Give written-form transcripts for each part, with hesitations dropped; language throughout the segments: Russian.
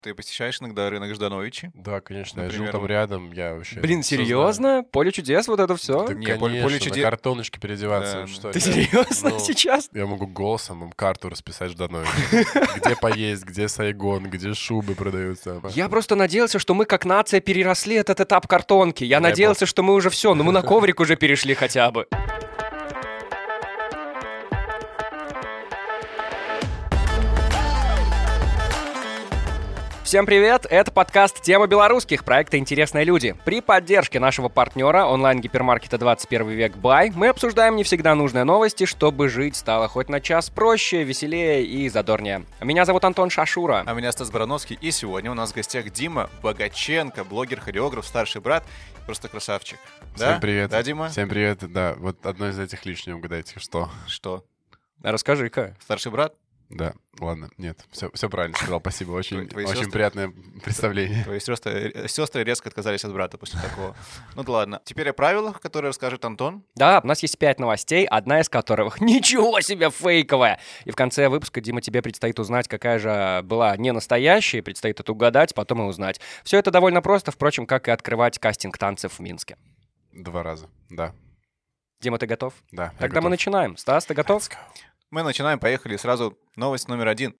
Ты посещаешь иногда рынок Ждановичи? Да, конечно, Например, я жил там вот. рядом, я вообще Блин, всё знаю. серьезно? Поле чудес, вот это все? Да, Не, конечно, поле на чудес- картоночке переодеваться, Да, вы что? Ты Я- серьезно ну, сейчас? Я могу голосом вам карту расписать Ждановича. Где поесть, где Сайгон, где шубы продаются. Я просто надеялся, что мы как нация переросли этот этап картонки. Я Дай надеялся, что мы уже все, но мы на коврик уже перешли хотя бы. Всем привет! Это подкаст «Тема белорусских» проекта «Интересные люди». При поддержке нашего партнера онлайн-гипермаркета 21 век Бай мы обсуждаем не всегда нужные новости, чтобы жить стало хоть на час проще, веселее и задорнее. Меня зовут Антон Шашура. А меня Стас Барановский, и сегодня у нас в гостях Дима Богаченко, блогер-хореограф, старший брат, просто красавчик. Да? Всем привет. Да, Дима? Всем привет, да. Вот одно из этих лишних, угадайте, что? Что? Расскажи-ка. Старший брат? Да, ладно, нет, все правильно сказал, спасибо, очень Твои очень сестры? приятное представление. Твои сестры резко отказались от брата после такого. Ну да ладно. Теперь о правилах, которые расскажет Антон. Да, у нас есть 5 новостей, одна из которых ничего себе фейковая. И в конце выпуска, Дима, тебе предстоит узнать, какая же была не настоящая, предстоит это угадать, потом и узнать. Все это довольно просто, впрочем, как и открывать кастинг танцев в Минске. 2 раза, да, Дима, ты готов? да. я Тогда мы готов. начинаем. Стас, ты готов? Let's go. Мы начинаем, поехали. Сразу новость номер 1.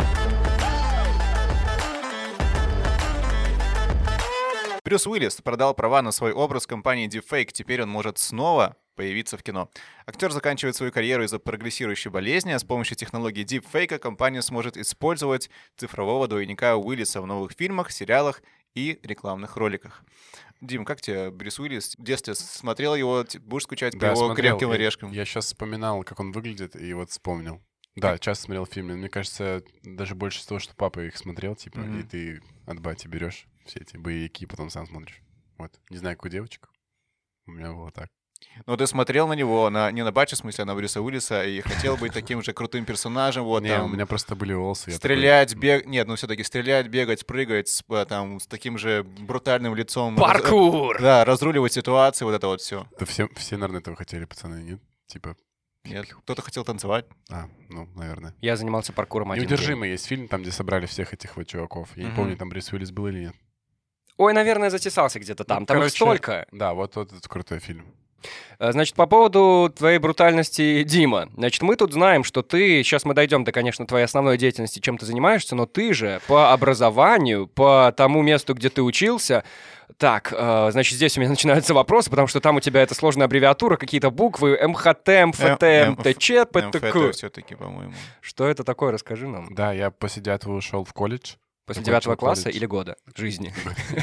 Брюс Уиллис продал права на свой образ компании Deepfake. Теперь он может снова появиться в кино. Актер заканчивает свою карьеру из-за прогрессирующей болезни, а с помощью технологии Deepfake компания сможет использовать цифрового двойника Уиллиса в новых фильмах, сериалах и рекламных роликах. Дим, как тебе Брюс Уиллис? В детстве смотрел его, будешь скучать по Да, его смотрел. крепким орешкам? Я сейчас вспоминал, как он выглядит, и вот вспомнил. Да, часто смотрел фильмы. Мне кажется, даже больше из того, что папа их смотрел, типа, и ты от бати берешь все эти боевики, потом сам смотришь. Вот. Не знаю, как у девочек. У меня было так. Ну, ты смотрел на него, не на Батча, в смысле, а на Брюса Уиллиса, и хотел быть таким же крутым персонажем, вот Не, там... у меня просто были волосы. я Стрелять, Нет, ну все-таки стрелять, бегать, прыгать там с таким же брутальным лицом. Паркур! Да, разруливать ситуации, вот это вот все. Да все, наверное, этого хотели, пацаны, нет? Типа, Нет, кто-то хотел танцевать. ну, наверное. Я занимался паркуром один день. «Неудержимый» есть фильм, там, где собрали всех этих вот чуваков. Я не Мгм. помню, там Брюс Уиллис был или нет. Ой, наверное, затесался где-то там. Ну, Там их короче, столько. Да, вот этот крутой фильм. Значит, по поводу твоей брутальности, Дима. Значит, мы тут знаем, что ты... Сейчас мы дойдем до, конечно, твоей основной деятельности, чем ты занимаешься, но ты же по образованию, по тому месту, где ты учился... Так, значит, здесь у меня начинаются вопросы, потому что там у тебя это сложная аббревиатура, какие-то буквы, МХТ, МФТ, МТЧ, ПТК. Все-таки, по-моему. Что это такое? Расскажи нам. Да, я после 9 ушел в колледж. После закончил 9 класса колледж. или года жизни?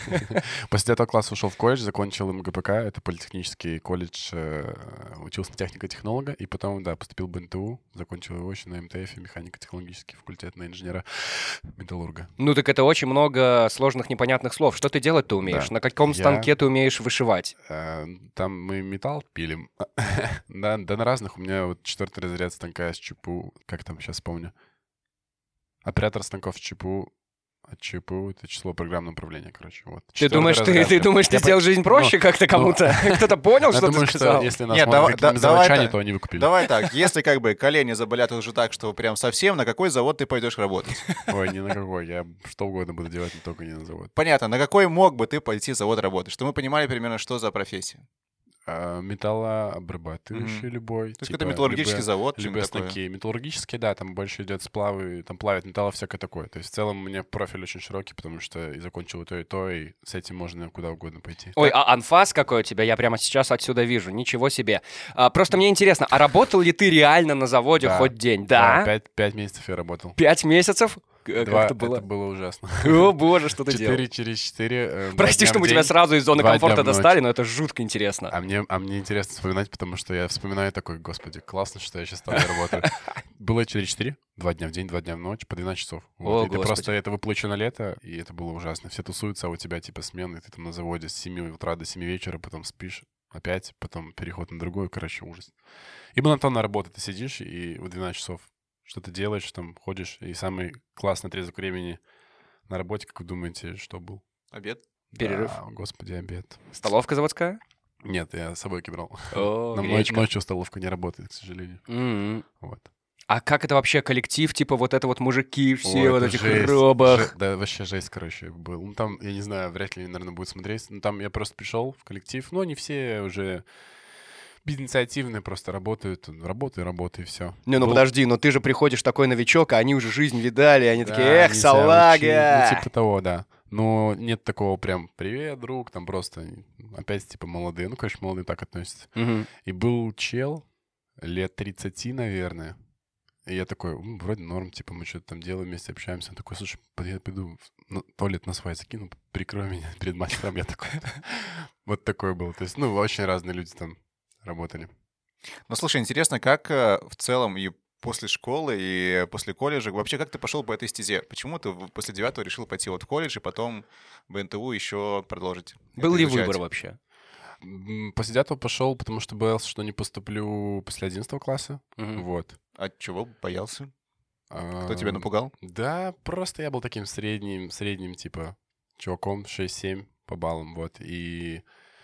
После 9 класса ушел в колледж, закончил МГПК, это политехнический колледж, учился на технико-технолога, и потом, да, поступил в БНТУ, закончил его еще на МТФ, механико-технологический факультет, на инженера-металлурга. Ну так это очень много сложных непонятных слов. Что ты делать-то умеешь? Да. На каком Я- станке ты умеешь вышивать? Там мы металл пилим. Да, на разных. У меня вот 4-й разряд станка с ЧПУ, как там, сейчас помню. Оператор станков с ЧПУ. От ЧПУ — это число программного управления, короче. Вот. Ты 4-й думаешь, разряд. ты думаешь, ты Я сделал жизнь проще ну, как-то кому-то? Кто-то понял, Я что ты думаю, сказал? что если нас Нет, смотрят давай- какие-нибудь давай заводчане, так. то они выкупили. Давай так, если как бы колени заболят уже так, что прям совсем, на какой завод ты пойдешь работать? Ой, ни на какой. Я что угодно буду делать, но только не на завод. Понятно, на какой мог бы ты пойти завод работать? Чтобы мы понимали примерно, что за профессия. Металлообрабатывающий любой. То есть это металлургический завод, Любые что-нибудь такое. станки. Металлургические, да, там больше идет сплавы, там плавят металл, всякое такое. То есть в целом у меня профиль очень широкий, потому что и закончил и то, и с этим можно куда угодно пойти. Ой, а анфас какой у тебя? Я прямо сейчас отсюда вижу. Ничего себе. Просто мне интересно, а работал ли ты реально на заводе Да. хоть день? Да? 5 месяцев я работал. 5 месяцев? Как 2, это было? это было ужасно. О, боже, что ты делал? 4 через 4. Прости, что мы тебя сразу из зоны 2 комфорта дня в ночь. достали, но это жутко интересно. А мне интересно вспоминать, потому что я вспоминаю такой, господи, классно, что я сейчас там работаю. Было 4-4, 2 дня в день, 2 дня в ночь, по 12 часов. О, Вот. И ты Господи. просто это выплачено лето, и это было ужасно. Все тусуются, а у тебя типа смены, ты там на заводе с 7 утра до 7 вечера, потом спишь опять, потом переход на другой, короче, ужас. И монотонная работа, ты сидишь и в 12 часов что ты делаешь, там ходишь, и самый классный отрезок времени на работе, как вы думаете, что был? Обед? Перерыв? Да, господи, обед. Столовка заводская? Нет, я с собой брал. О, На гречка. ночью столовка не работает, к сожалению. М. Вот. А как это вообще коллектив, типа вот это вот мужики все Ой, в это этих жесть, робах? да, вообще жесть, короче, был. Ну, там, я не знаю, вряд ли, наверное, будет смотреть. Ну, там я просто пришел в коллектив. Ну, они все уже безинициативные, просто работают. Работай, и все. Не, ну подожди, но ты же приходишь такой новичок, а они уже жизнь видали, и они Да, такие, эх, нельзя салага! учить. Ну, типа того, да. Но нет такого прям «привет, друг», там просто опять типа молодые. Ну, короче, молодые так относятся. Мгм. И был чел лет 30, наверное. И я такой, вроде норм, типа мы что-то там делаем вместе, общаемся. Он такой, слушай, я пойду в туалет на свай закину, прикрой меня перед мастером. Я такой, вот такой был. То есть, ну, очень разные люди там работали. Ну, слушай, интересно, как в целом и после школы, и после колледжа, вообще, как ты пошел по этой стезе? Почему ты после 9 решил пойти вот в колледж и потом в НТУ еще продолжить Был это ли изучать? выбор вообще? После 9 пошел, потому что боялся, что не поступлю после 11 класса. Мгм. Вот. А чего боялся? Кто Кто тебя напугал? Да, просто я был таким средним, типа, чуваком, 6-7 по баллам, вот. И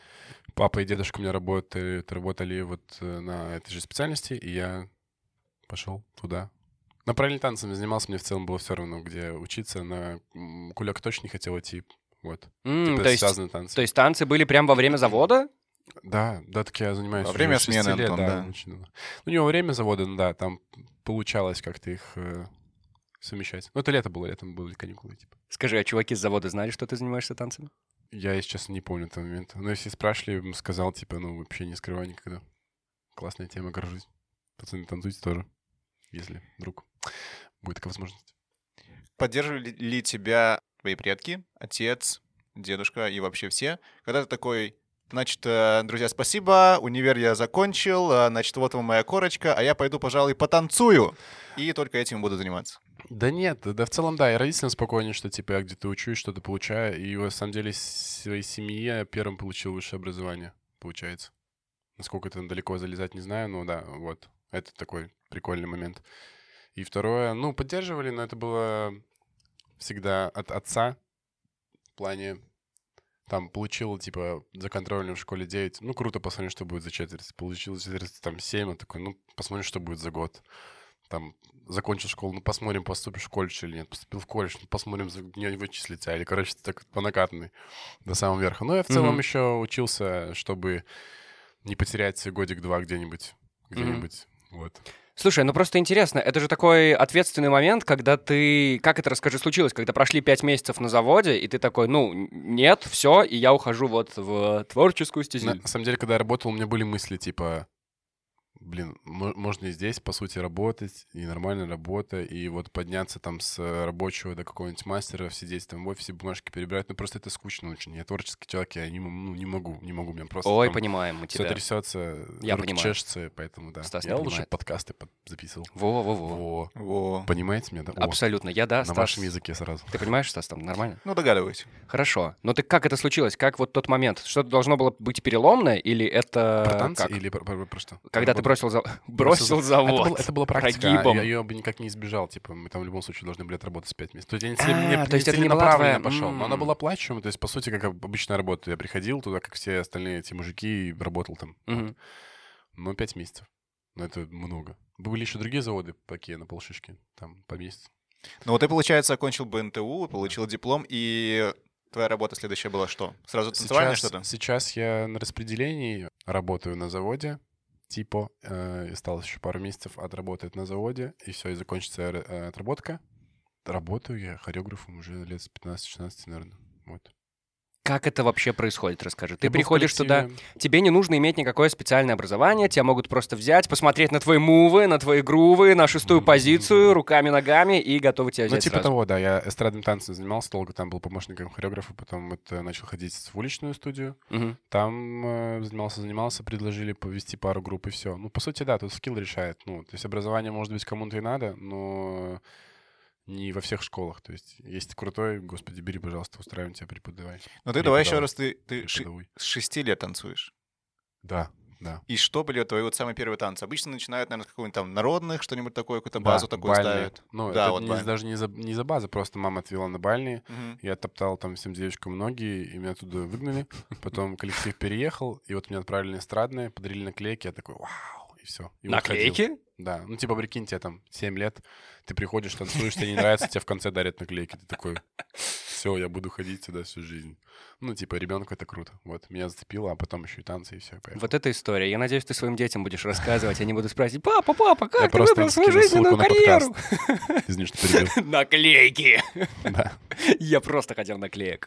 папа и дедушка у меня работали вот на этой же специальности, и я пошел туда. На параллельные танцами занимался, мне в целом было все равно, где учиться. На кулек точно не хотел идти, вот. Типа То есть, связанные танцы. то есть танцы были прям во время завода? Да, так я занимаюсь Во уже время с 6 смены, лет, Антон, да. очень давно. Ну, не во время завода, ну да, там получалось как-то их совмещать. Ну, это летом были каникулы, типа. Скажи, а чуваки с завода знали, что ты занимаешься танцами? Я, если честно, не помню этого момента. Но если спрашивали, сказал, типа, ну, вообще не скрывай никогда. Классная тема, горжусь. Пацаны, танцуйте тоже, если вдруг будет такая возможность. Поддерживали ли тебя твои предки, отец, дедушка и вообще все? Когда ты такой, значит, друзья, спасибо, универ я закончил, значит, вот вам моя корочка, а я пойду, пожалуй, потанцую, и только этим буду заниматься. Да нет, да в целом, да, и родителям спокойнее, что, типа, я где-то учусь, что-то получаю, и, на самом деле, в своей семье я первым получил высшее образование, получается. Насколько это далеко залезать, не знаю, но да, вот. Это такой прикольный момент. И второе, ну, поддерживали, но это было всегда от отца. В плане, там, получил, типа, за контрольную в школе 9. Ну, круто, посмотрим, что будет за четверть. Получил за четверть, там, 7. Он такой, ну, посмотрим, что будет за год. Там, закончил школу, ну, посмотрим, поступишь в колледж или нет. Поступил в колледж, ну, посмотрим, не вычислить тебя. Или, короче, так по накатанной до самого верха. Но я в целом еще учился, чтобы не потерять годик-два где-нибудь. Вот. Слушай, ну просто интересно, это же такой ответственный момент, когда ты... Как это, расскажи, случилось? Когда прошли 5 месяцев на заводе, и ты такой, ну, нет, все, и я ухожу вот в творческую стезю. На самом деле, когда я работал, у меня были мысли, типа, блин, можно и здесь, по сути, работать, и нормальная работа, и вот подняться там с рабочего до какого-нибудь мастера, сидеть там в офисе, бумажки перебирать. Ну, просто это скучно очень. Я творческий человек, я не могу. У меня просто Ой, там понимаем мы все тебя. трясется, Я руки понимаю. чешутся, поэтому, да. Стас не Я лучше понимает. подкасты записывал. Во-во-во. Во. Понимаете меня, да? О, Абсолютно, я да, на Стас. вашем языке сразу. Ты понимаешь, Стас, там нормально? Ну, догадываюсь. Хорошо. Но ты как это случилось? Как вот тот момент? Что-то должно было быть переломное, или это... Про танцы как? или про что? Когда ты бросил завод. Это была практика, прогибом. я ее бы никак не избежал, типа, мы там в любом случае должны были отработать с 5 месяцев. То есть я не то есть это не была целенаправленно твоя- пошел, но она была плачевной, то есть, по сути, как обычная работа. Я приходил туда, как все остальные эти мужики, и работал там. Мгм. Вот. Но 5 месяцев. Но это много. Были еще другие заводы, такие на полшишки, там, по месяцу. Ну, вот ты, получается, окончил БНТУ, получил диплом, и твоя работа следующая была что? Сразу танцевальное что-то? Сейчас я на распределении работаю на заводе, типа, осталось еще пару месяцев отработать на заводе, и все, и закончится отработка. Работаю я хореографом уже лет с 15-16, наверное. Вот. Как это вообще происходит, расскажи. Ты Я был в приходишь туда, коллективе. тебе не нужно иметь никакое специальное образование, тебя могут просто взять, посмотреть на твои мувы, на твои грувы, на шестую позицию, руками-ногами, и готовы тебя Ну, взять типа сразу. того, да. Я эстрадным танцем занимался долго, там был помощником хореографа, потом начал ходить в уличную студию. Мгм. Там занимался, предложили повести пару групп, и все. Ну, по сути, да, тут скилл решает. Ну, то есть образование, может быть, кому-то и надо, но не во всех школах. То есть есть крутой, господи, бери, пожалуйста, устраиваем тебя, преподавай. Ну, ты давай еще Преподавай. раз, ты Преподавай. с 6 лет танцуешь. Да, да. И что были твои вот самые первые танцы? Обычно начинают, наверное, с какого-нибудь там народных, что-нибудь такое, какую-то Да, базу такую бальные. ставят. Ну, Да, это вот бальные. даже не за базы, просто мама отвела на бальные. Мгм. Я топтал там всем девочкам ноги, и меня оттуда выгнали. Потом коллектив переехал, и вот меня отправили на эстрадные, подарили наклейки. Я такой, вау! и все. Наклейки? Да, ну типа, прикинь, тебе там 7 лет, ты приходишь, танцуешь, тебе не нравится, тебе в конце дарят наклейки. Ты такой, все, я буду ходить сюда всю жизнь. Ну, типа, ребенку это круто. Вот, меня зацепило, а потом еще и танцы, и все. Вот эта история. Я надеюсь, ты своим детям будешь рассказывать, они будут спрашивать: папа, как Я ты просто выбрал им свою скину жизненную ссылку на карьеру? подкаст. Извини, что перебил. Наклейки! Да. Я просто хотел наклеек.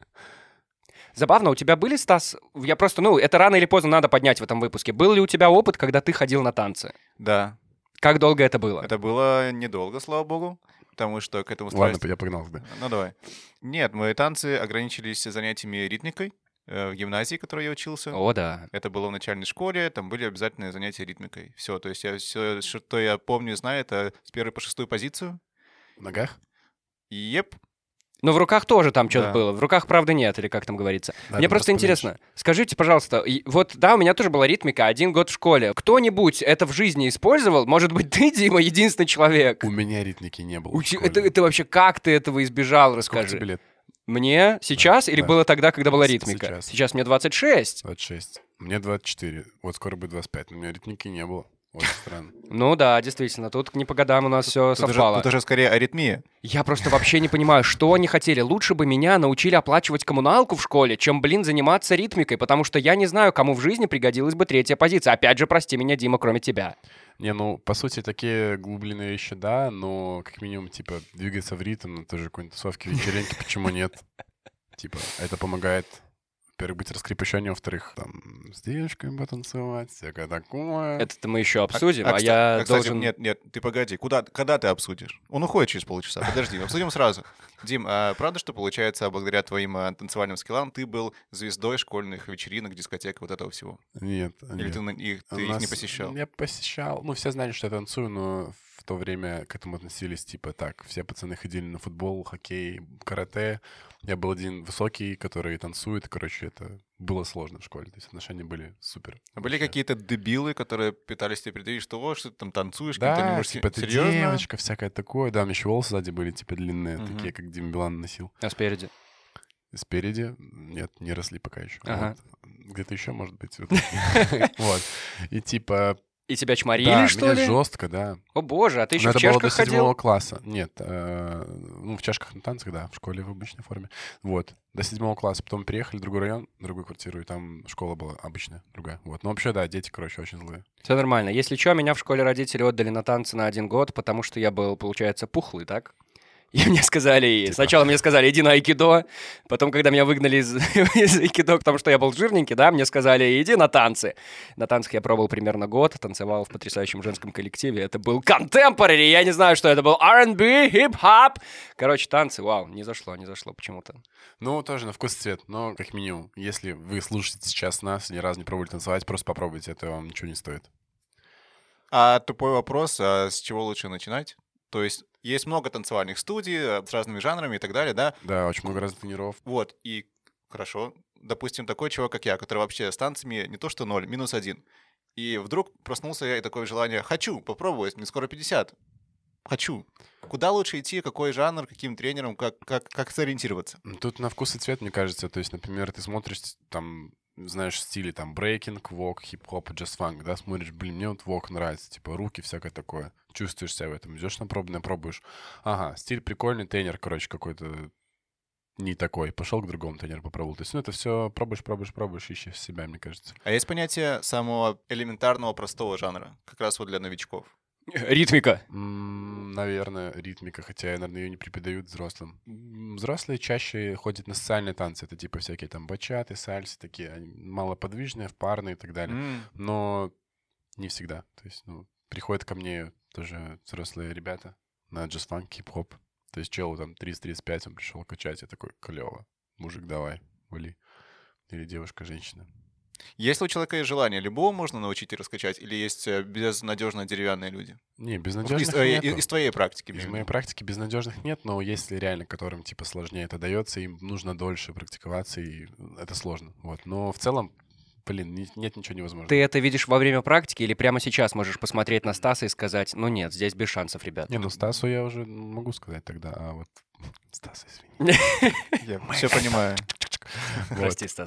Забавно, у тебя были, Стас, я просто, это рано или поздно надо поднять в этом выпуске. Был ли у тебя опыт, когда ты ходил на танцы? Да. Как долго это было? Это было недолго, слава богу, потому что к этому Ладно, я погнал, да. Ну, давай. Нет, мои танцы ограничились занятиями ритмикой в гимназии, в которой я учился. О, да. Это было в начальной школе, там были обязательные занятия ритмикой. Все, то есть все, что я помню и знаю, это с 1 по 6 позицию. В ногах? Еп. Но в руках тоже там что-то Да. было. В руках, правда, нет, или как там говорится. Да, Мне там просто просто интересно, скажите, пожалуйста, у меня тоже была ритмика, 1 год в школе. Кто-нибудь это в жизни использовал? Может быть, ты, Дима, единственный человек? У меня ритмики не было. в школе. Это вообще как ты этого избежал, Сколько расскажи. тебе лет? Мне сейчас или да. было тогда, когда была ритмика? Сейчас. Сейчас мне 26. 26. Мне 24. Вот скоро будет 25. Но у меня ритмики не было. Очень странно. Ну да, действительно, тут не по годам у нас все совпало. Тут уже скорее аритмия. Я просто вообще не понимаю, что они хотели. Лучше бы меня научили оплачивать коммуналку в школе, чем, заниматься ритмикой, потому что я не знаю, кому в жизни пригодилась бы 3-я позиция. Опять же, прости меня, Дима, кроме тебя. Не, ну, по сути, такие глубинные вещи, да, но как минимум, типа, двигаться в ритм на той же какой-нибудь тусовке, вечеринке, почему нет? Типа, это помогает, во-первых, быть раскрепощеннее, во-вторых, там, с девушками потанцевать, всякое такое. Это мы еще обсудим, кстати, я кстати, должен... Нет, ты погоди, когда ты обсудишь? Он уходит через полчаса, подожди, обсудим сразу. Дим, а правда, что, получается, благодаря твоим танцевальным скиллам ты был звездой школьных вечеринок, дискотек, вот этого всего? Нет, Или нет. ты их не посещал? Я посещал. Ну, все знали, что я танцую, но в то время к этому относились, типа, так, все пацаны ходили на футбол, хоккей, карате. Я был один высокий, который танцует. Короче, это было сложно в школе. То есть отношения были супер. А были вообще. какие-то дебилы, которые пытались тебе предъявить, что что ты там танцуешь, кем-то не Да, можешь... типа, ты Серьезно? девочка, всякое такое. Да, у меня еще волосы сзади были, типа, длинные, Мгм. такие, как Дима Билан носил. А спереди? Спереди, нет, не росли пока еще. Ага. Вот. Где-то еще, может быть. Вот. Вот. И типа... И тебя чморили, Да, что меня ли? жестко, да. О боже, а ты еще Но в это было до чашках 7 ходил? класса. Нет, ну, в чашках на танцах, да, в школе в обычной форме. Вот, до 7 класса. Потом переехали в другой район, в другую квартиру, и там школа была обычная, другая. Вот, но вообще, да, дети, короче, очень злые. Все нормально. Если что, меня в школе родители отдали на танцы на 1 год, потому что я был, получается, пухлый, так? И мне сказали, сначала мне сказали, иди на айкидо, потом, когда меня выгнали из айкидо, потому что я был жирненький, да, мне сказали, иди на танцы. На танцах я пробовал примерно год, танцевал в потрясающем женском коллективе. Это был contemporary, я не знаю, что это был, R&B, хип-хоп. Короче, танцы, вау, не зашло почему-то. Ну, тоже на вкус и цвет, но как минимум, если вы слушаете сейчас нас, ни разу не пробовали танцевать, просто попробуйте, это вам ничего не стоит. А тупой вопрос, а с чего лучше начинать? То есть много танцевальных студий с разными жанрами и так далее, да? Да, очень много разных тренеров. Вот, и хорошо. Допустим, такой чувак, как я, который вообще с танцами не то что 0, -1. И вдруг проснулся я, и такое желание, хочу попробовать, мне скоро 50. Хочу. Куда лучше идти, какой жанр, каким тренером, как сориентироваться? Тут на вкус и цвет, мне кажется. То есть, например, ты смотришь там, знаешь, стили там брейкинг, вок, хип-хоп, джаз-фанк, да, смотришь, блин, мне вот вок нравится, типа руки, всякое такое. Чувствуешь себя в этом, идешь на пробное, пробуешь. Ага, стиль прикольный, тренер, короче, какой-то не такой. Пошел к другому тренеру, попробовал. То есть, ну, это все пробуешь, ищешь себя, мне кажется. А есть понятие самого элементарного простого жанра, как раз вот для новичков? Ритмика. Наверное, ритмика, хотя, наверное, ее не преподают взрослым. Взрослые чаще ходят на социальные танцы. Это типа всякие там бачаты, сальсы такие. Они малоподвижные, парные и так далее. Но не всегда. То есть, ну, приходят ко мне тоже взрослые ребята на джаз-фанк, хип-хоп. То есть челу там 30-35, он пришел качать. Я такой, клево. Мужик, давай, вали. Или девушка, женщина. Если у человека есть желание, любого можно научить и раскачать, или есть безнадежно деревянные люди? Не, безнадежных нету. Из твоей практики. Из моей практики безнадежных нет, но если реально, которым типа сложнее это дается, им нужно дольше практиковаться, и это сложно. Вот. Но в целом, блин, нет ничего невозможного. Ты это видишь во время практики или прямо сейчас можешь посмотреть на Стаса и сказать, ну нет, здесь без шансов, ребят? Не, ну Стасу я уже могу сказать тогда, а вот Стаса, извини. Я все понимаю. Прости, Стас.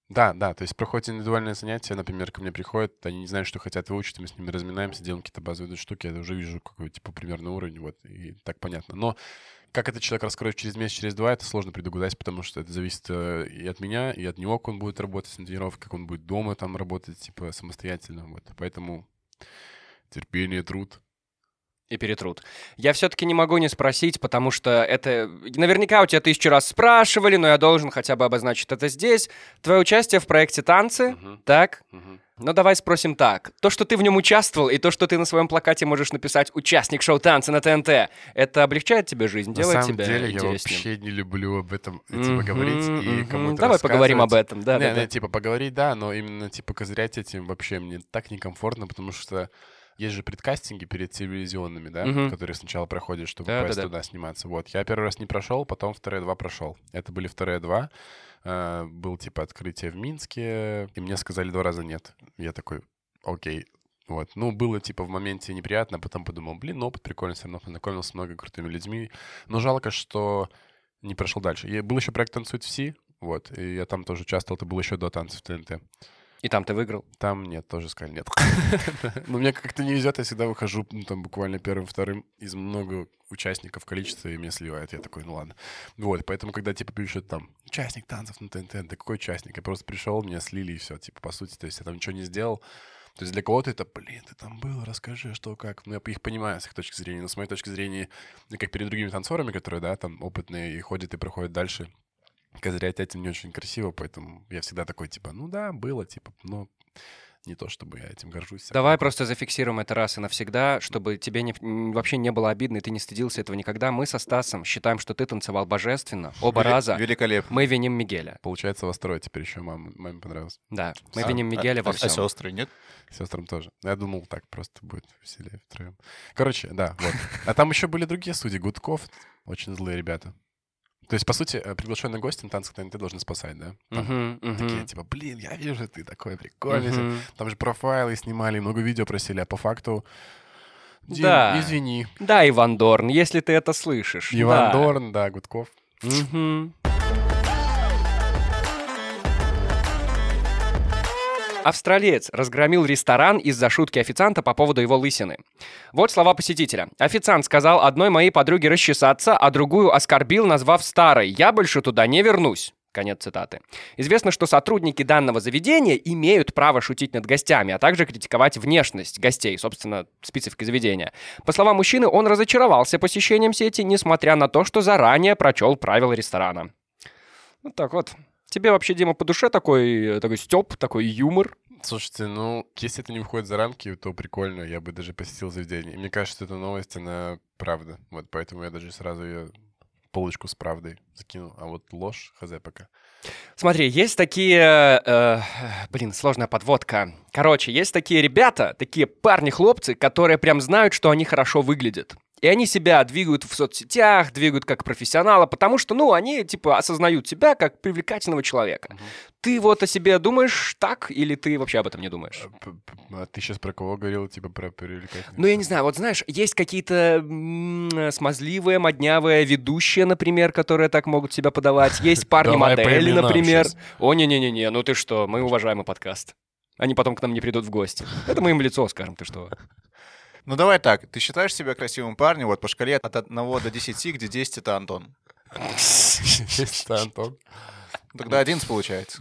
Да, то есть проходят индивидуальные занятия, например, ко мне приходят, они не знают, что хотят выучить, мы с ними разминаемся, делаем какие-то базовые штуки, я уже вижу какой, типа, примерный уровень, вот, и так понятно. Но как этот человек раскроет через месяц, через два, это сложно предугадать, потому что это зависит и от меня, и от него, как он будет работать на тренировке, как он будет дома там работать, типа, самостоятельно, вот. Поэтому терпение, труд. И перетрут. Я все-таки не могу не спросить, потому что это... Наверняка у тебя 1000 раз спрашивали, но я должен хотя бы обозначить это здесь. Твое участие в проекте «Танцы», так? Ну, давай спросим так. То, что ты в нем участвовал, и то, что ты на своем плакате можешь написать «Участник шоу «Танцы» на ТНТ», это облегчает тебе жизнь, делает тебя интереснее? На самом деле, я вообще не люблю об этом, типа, говорить и кому-то Давай поговорим об этом, да. Не, типа, поговорить, да, но именно, типа, козырять этим вообще мне так некомфортно, потому что есть же предкастинги перед телевизионными, да, которые сначала проходят, чтобы попасть туда сниматься. Вот, я первый раз не прошел, потом вторые 2 прошел. Это были вторые 2. Был, типа, открытие в Минске, и мне сказали 2 раза нет. Я такой, окей. Вот, ну, было, типа, в моменте неприятно, потом подумал, блин, опыт прикольный, все равно познакомился с много крутыми людьми. Но жалко, что не прошел дальше. И был еще проект «Танцуют все», вот, и я там тоже участвовал, это было еще до танцев ТНТ. И там ты выиграл? Там нет, тоже сказали нет. Но мне как-то не везет, я всегда выхожу, ну, там, буквально первым, вторым из много участников количества, и меня сливают. Я такой, ну ладно. Вот, поэтому, когда, типа, пишут там, участник танцев на ТНТ, да какой участник? Я просто пришел, меня слили, и все, типа, по сути, то есть я там ничего не сделал. То есть для кого-то это, блин, ты там был, расскажи, что, как. Ну, я их понимаю с их точки зрения, но с моей точки зрения, как перед другими танцорами, которые, да, там, опытные и ходят и проходят дальше, козырять этим не очень красиво, поэтому я всегда такой, типа, ну да, было, типа, но не то, чтобы я этим горжусь. Давай просто зафиксируем это раз и навсегда, чтобы тебе вообще не было обидно, и ты не стыдился этого никогда. Мы со Стасом считаем, что ты танцевал божественно, оба раза. Великолепно. Мы виним Мигеля. Получается, вас трое теперь еще маме понравилось. Да, мы виним Мигеля во всем. А сестры нет? Сестрам тоже. Я думал, так просто будет веселее втроем. Короче, да, вот. А там еще были другие судьи, Гудков, очень злые ребята. То есть, по сути, приглашенные гости на танцах ТНТ должны спасать, да? Такие, типа, блин, я вижу, ты такой прикольный. Там же профайлы снимали, много видео просили, а по факту... Дим, да. извини. Да, Иван Дорн, если ты это слышишь. Иван Дорн, да, Гудков. Австралиец разгромил ресторан из-за шутки официанта по поводу его лысины. Вот слова посетителя. Официант сказал одной моей подруге расчесаться, а другую оскорбил, назвав старой. «Я больше туда не вернусь». Конец цитаты. Известно, что сотрудники данного заведения имеют право шутить над гостями, а также критиковать внешность гостей, собственно, спецификой заведения. По словам мужчины, он разочаровался посещением сети, несмотря на то, что заранее прочел правила ресторана. Вот так вот. Тебе вообще, Дима, по душе такой стёб, такой юмор? Слушайте, ну, если это не выходит за рамки, то прикольно. Я бы даже посетил заведение. И мне кажется, что эта новость, она правда. Вот поэтому я даже сразу ее полочку с правдой закинул. А вот ложь, хз пока. Смотри, есть такие... сложная подводка. Короче, есть такие ребята, такие парни-хлопцы, которые прям знают, что они хорошо выглядят. И они себя двигают в соцсетях, двигают как профессионала, потому что, ну, они, типа, осознают себя как привлекательного человека. Ты вот о себе думаешь так, или ты вообще об этом не думаешь? А ты сейчас про кого говорил, типа, про привлекательность? Ну, я не знаю, вот знаешь, есть какие-то смазливые, моднявые ведущие, например, которые так могут себя подавать. Есть парни-модели, например. О, не-не-не, ну ты что, мы уважаемый подкаст. Они потом к нам не придут в гости. Это мы им в лицо скажем, ты что? Ну давай так, ты считаешь себя красивым парнем вот по шкале от 1 до 10, где 10 — это Антон? 10 — это Антон. Тогда 11 получается.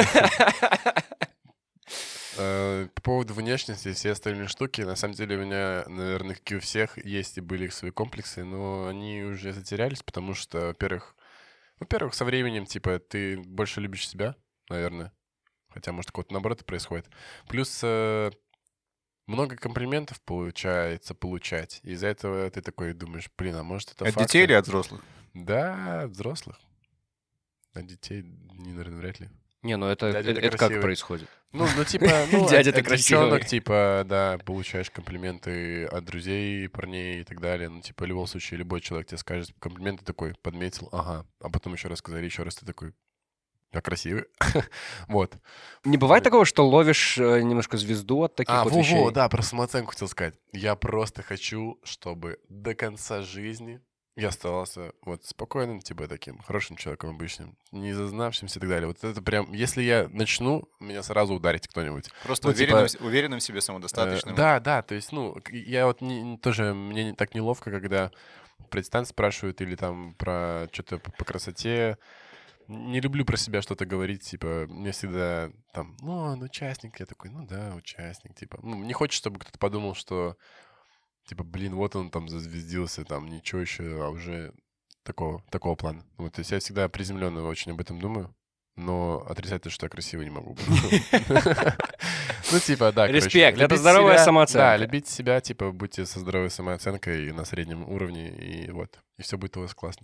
По поводу внешности и все остальные штуки, на самом деле у меня, наверное, как и у всех, есть и были свои комплексы, но они уже затерялись, потому что, во-первых, со временем, типа, ты больше любишь себя, наверное. Хотя, может, какое-то наоборот происходит. Плюс... много комплиментов получается получать. Из-за этого ты такой думаешь, блин, а может это от факты? детей или от взрослых? Да, от взрослых. От детей, наверное, вряд ли. Не, ну это как происходит? Ну, типа, дядя ты красивый. Девчонок, типа, да, получаешь комплименты от друзей, парней и так далее. Ну, типа, в любом случае, любой человек тебе скажет комплименты, такой, подметил, ага. А потом еще раз сказали, еще раз ты такой, я красивый. Вот. Не бывает такого, что ловишь немножко звезду от таких вот вещей? Да, про самооценку хотел сказать. Я просто хочу, чтобы до конца жизни я оставался вот спокойным, типа таким хорошим человеком обычным, не зазнавшимся и так далее. Вот это прям, если я начну, меня сразу ударит кто-нибудь. Просто Ну, типа, уверенным в себе, самодостаточным. Да, то есть, я вот тоже, мне так неловко, когда про дистанцию спрашивают или там про что-то по красоте. Не люблю про себя что-то говорить, типа, мне всегда там, он участник, я такой, да, участник, типа. Не хочется, чтобы кто-то подумал, что, типа, блин, вот он там зазвездился, там, ничего еще, а уже такого плана. Вот, то есть я всегда приземленно очень об этом думаю, но отрицать то, что я красивый, не могу. Ну, типа, да, короче. Респект, это любить здоровая себя, самооценка. Да, любить себя, типа, будьте со здоровой самооценкой и на среднем уровне, и вот, и все будет у вас классно.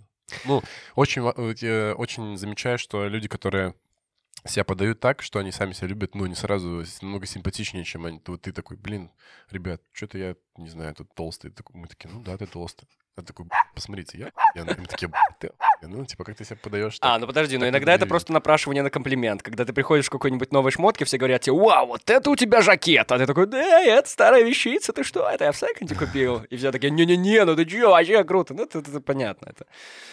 Очень замечаю, что люди, которые себя подают так, что они сами себя любят, они сразу намного симпатичнее, чем они. Вот ты такой, блин, ребят, что-то я, не знаю, тут толстый. Мы такие, да, ты толстый. Я такой, посмотрите, я. Мы такие, ты, типа, как ты себя подаешь? Подожди, но иногда это просто напрашивание на комплимент. Когда ты приходишь в какой-нибудь новой шмотке, все говорят тебе, вау, вот это у тебя жакет. А ты такой, да, это старая вещица, ты что, это я в секонде купил. И все такие, не-не-не, ну ты чё, вообще круто. Это понятно, это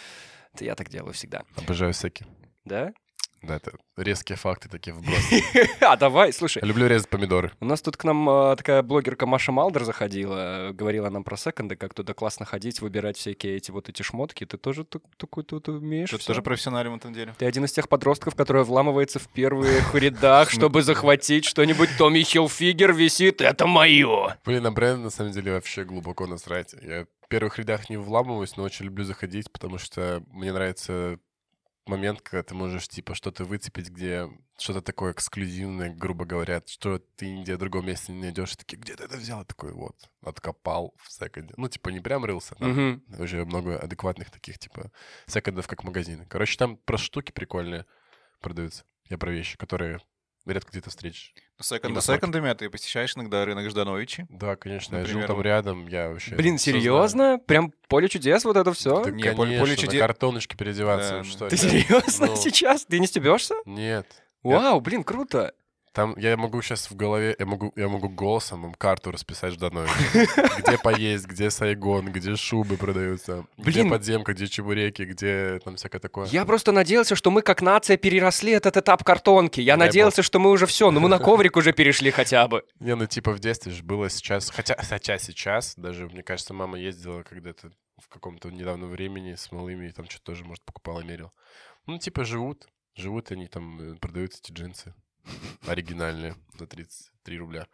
я так делаю всегда. Обожаю секи. Да? Да, это резкие факты такие вбросы. Давай, слушай. Я люблю резать помидоры. У нас тут к нам такая блогерка Маша Малдер заходила, говорила нам про секонды, как туда классно ходить, выбирать всякие эти шмотки. Ты тоже такой тут умеешь? Ты тоже профессионален в этом деле. Ты один из тех подростков, который вламывается в первых рядах, чтобы захватить что-нибудь. Томми Хилфигер висит, это мое. Блин, на бренд на самом деле вообще глубоко насрать. Я в первых рядах не вламываюсь, но очень люблю заходить, потому что мне нравится момент, когда ты можешь, типа, что-то выцепить, где что-то такое эксклюзивное, грубо говоря, что ты нигде в другом месте не найдешь. И такие, где ты это взял? Я такой, вот, откопал в секонде. Типа, не прям рылся. Там уже много адекватных таких, типа, секондов, как магазины. Короче, там про штуки прикольные продаются. Я про вещи, которые редко где-то встретишь. Секондами, а ты посещаешь иногда рынок Ждановичи? Да, конечно. Например, я жил там рядом, я вообще... Блин, серьезно? Прям поле чудес вот это все? Да, Не, конечно, поле чудес- на картоночке переодеваться. Да, что Ты это? серьезно сейчас? Ты не стебешься? Нет. Вау, блин, круто. Там я могу сейчас в голове, я могу голосом им карту расписать Ждановича. Где поесть, где Сайгон, где шубы продаются, где Блин. подземка, где чебуреки, где там всякое такое. Я просто надеялся, что мы как нация переросли этот этап картонки. Я Дай надеялся, что мы уже все, мы на коврик уже перешли хотя бы. Не, типа в детстве же было сейчас, хотя сейчас, даже, мне кажется, мама ездила когда-то в каком-то недавнем времени с малыми, и там что-то тоже, может, покупала, мерил. Типа живут они там, продаются эти джинсы. Оригинальные за 33 рубля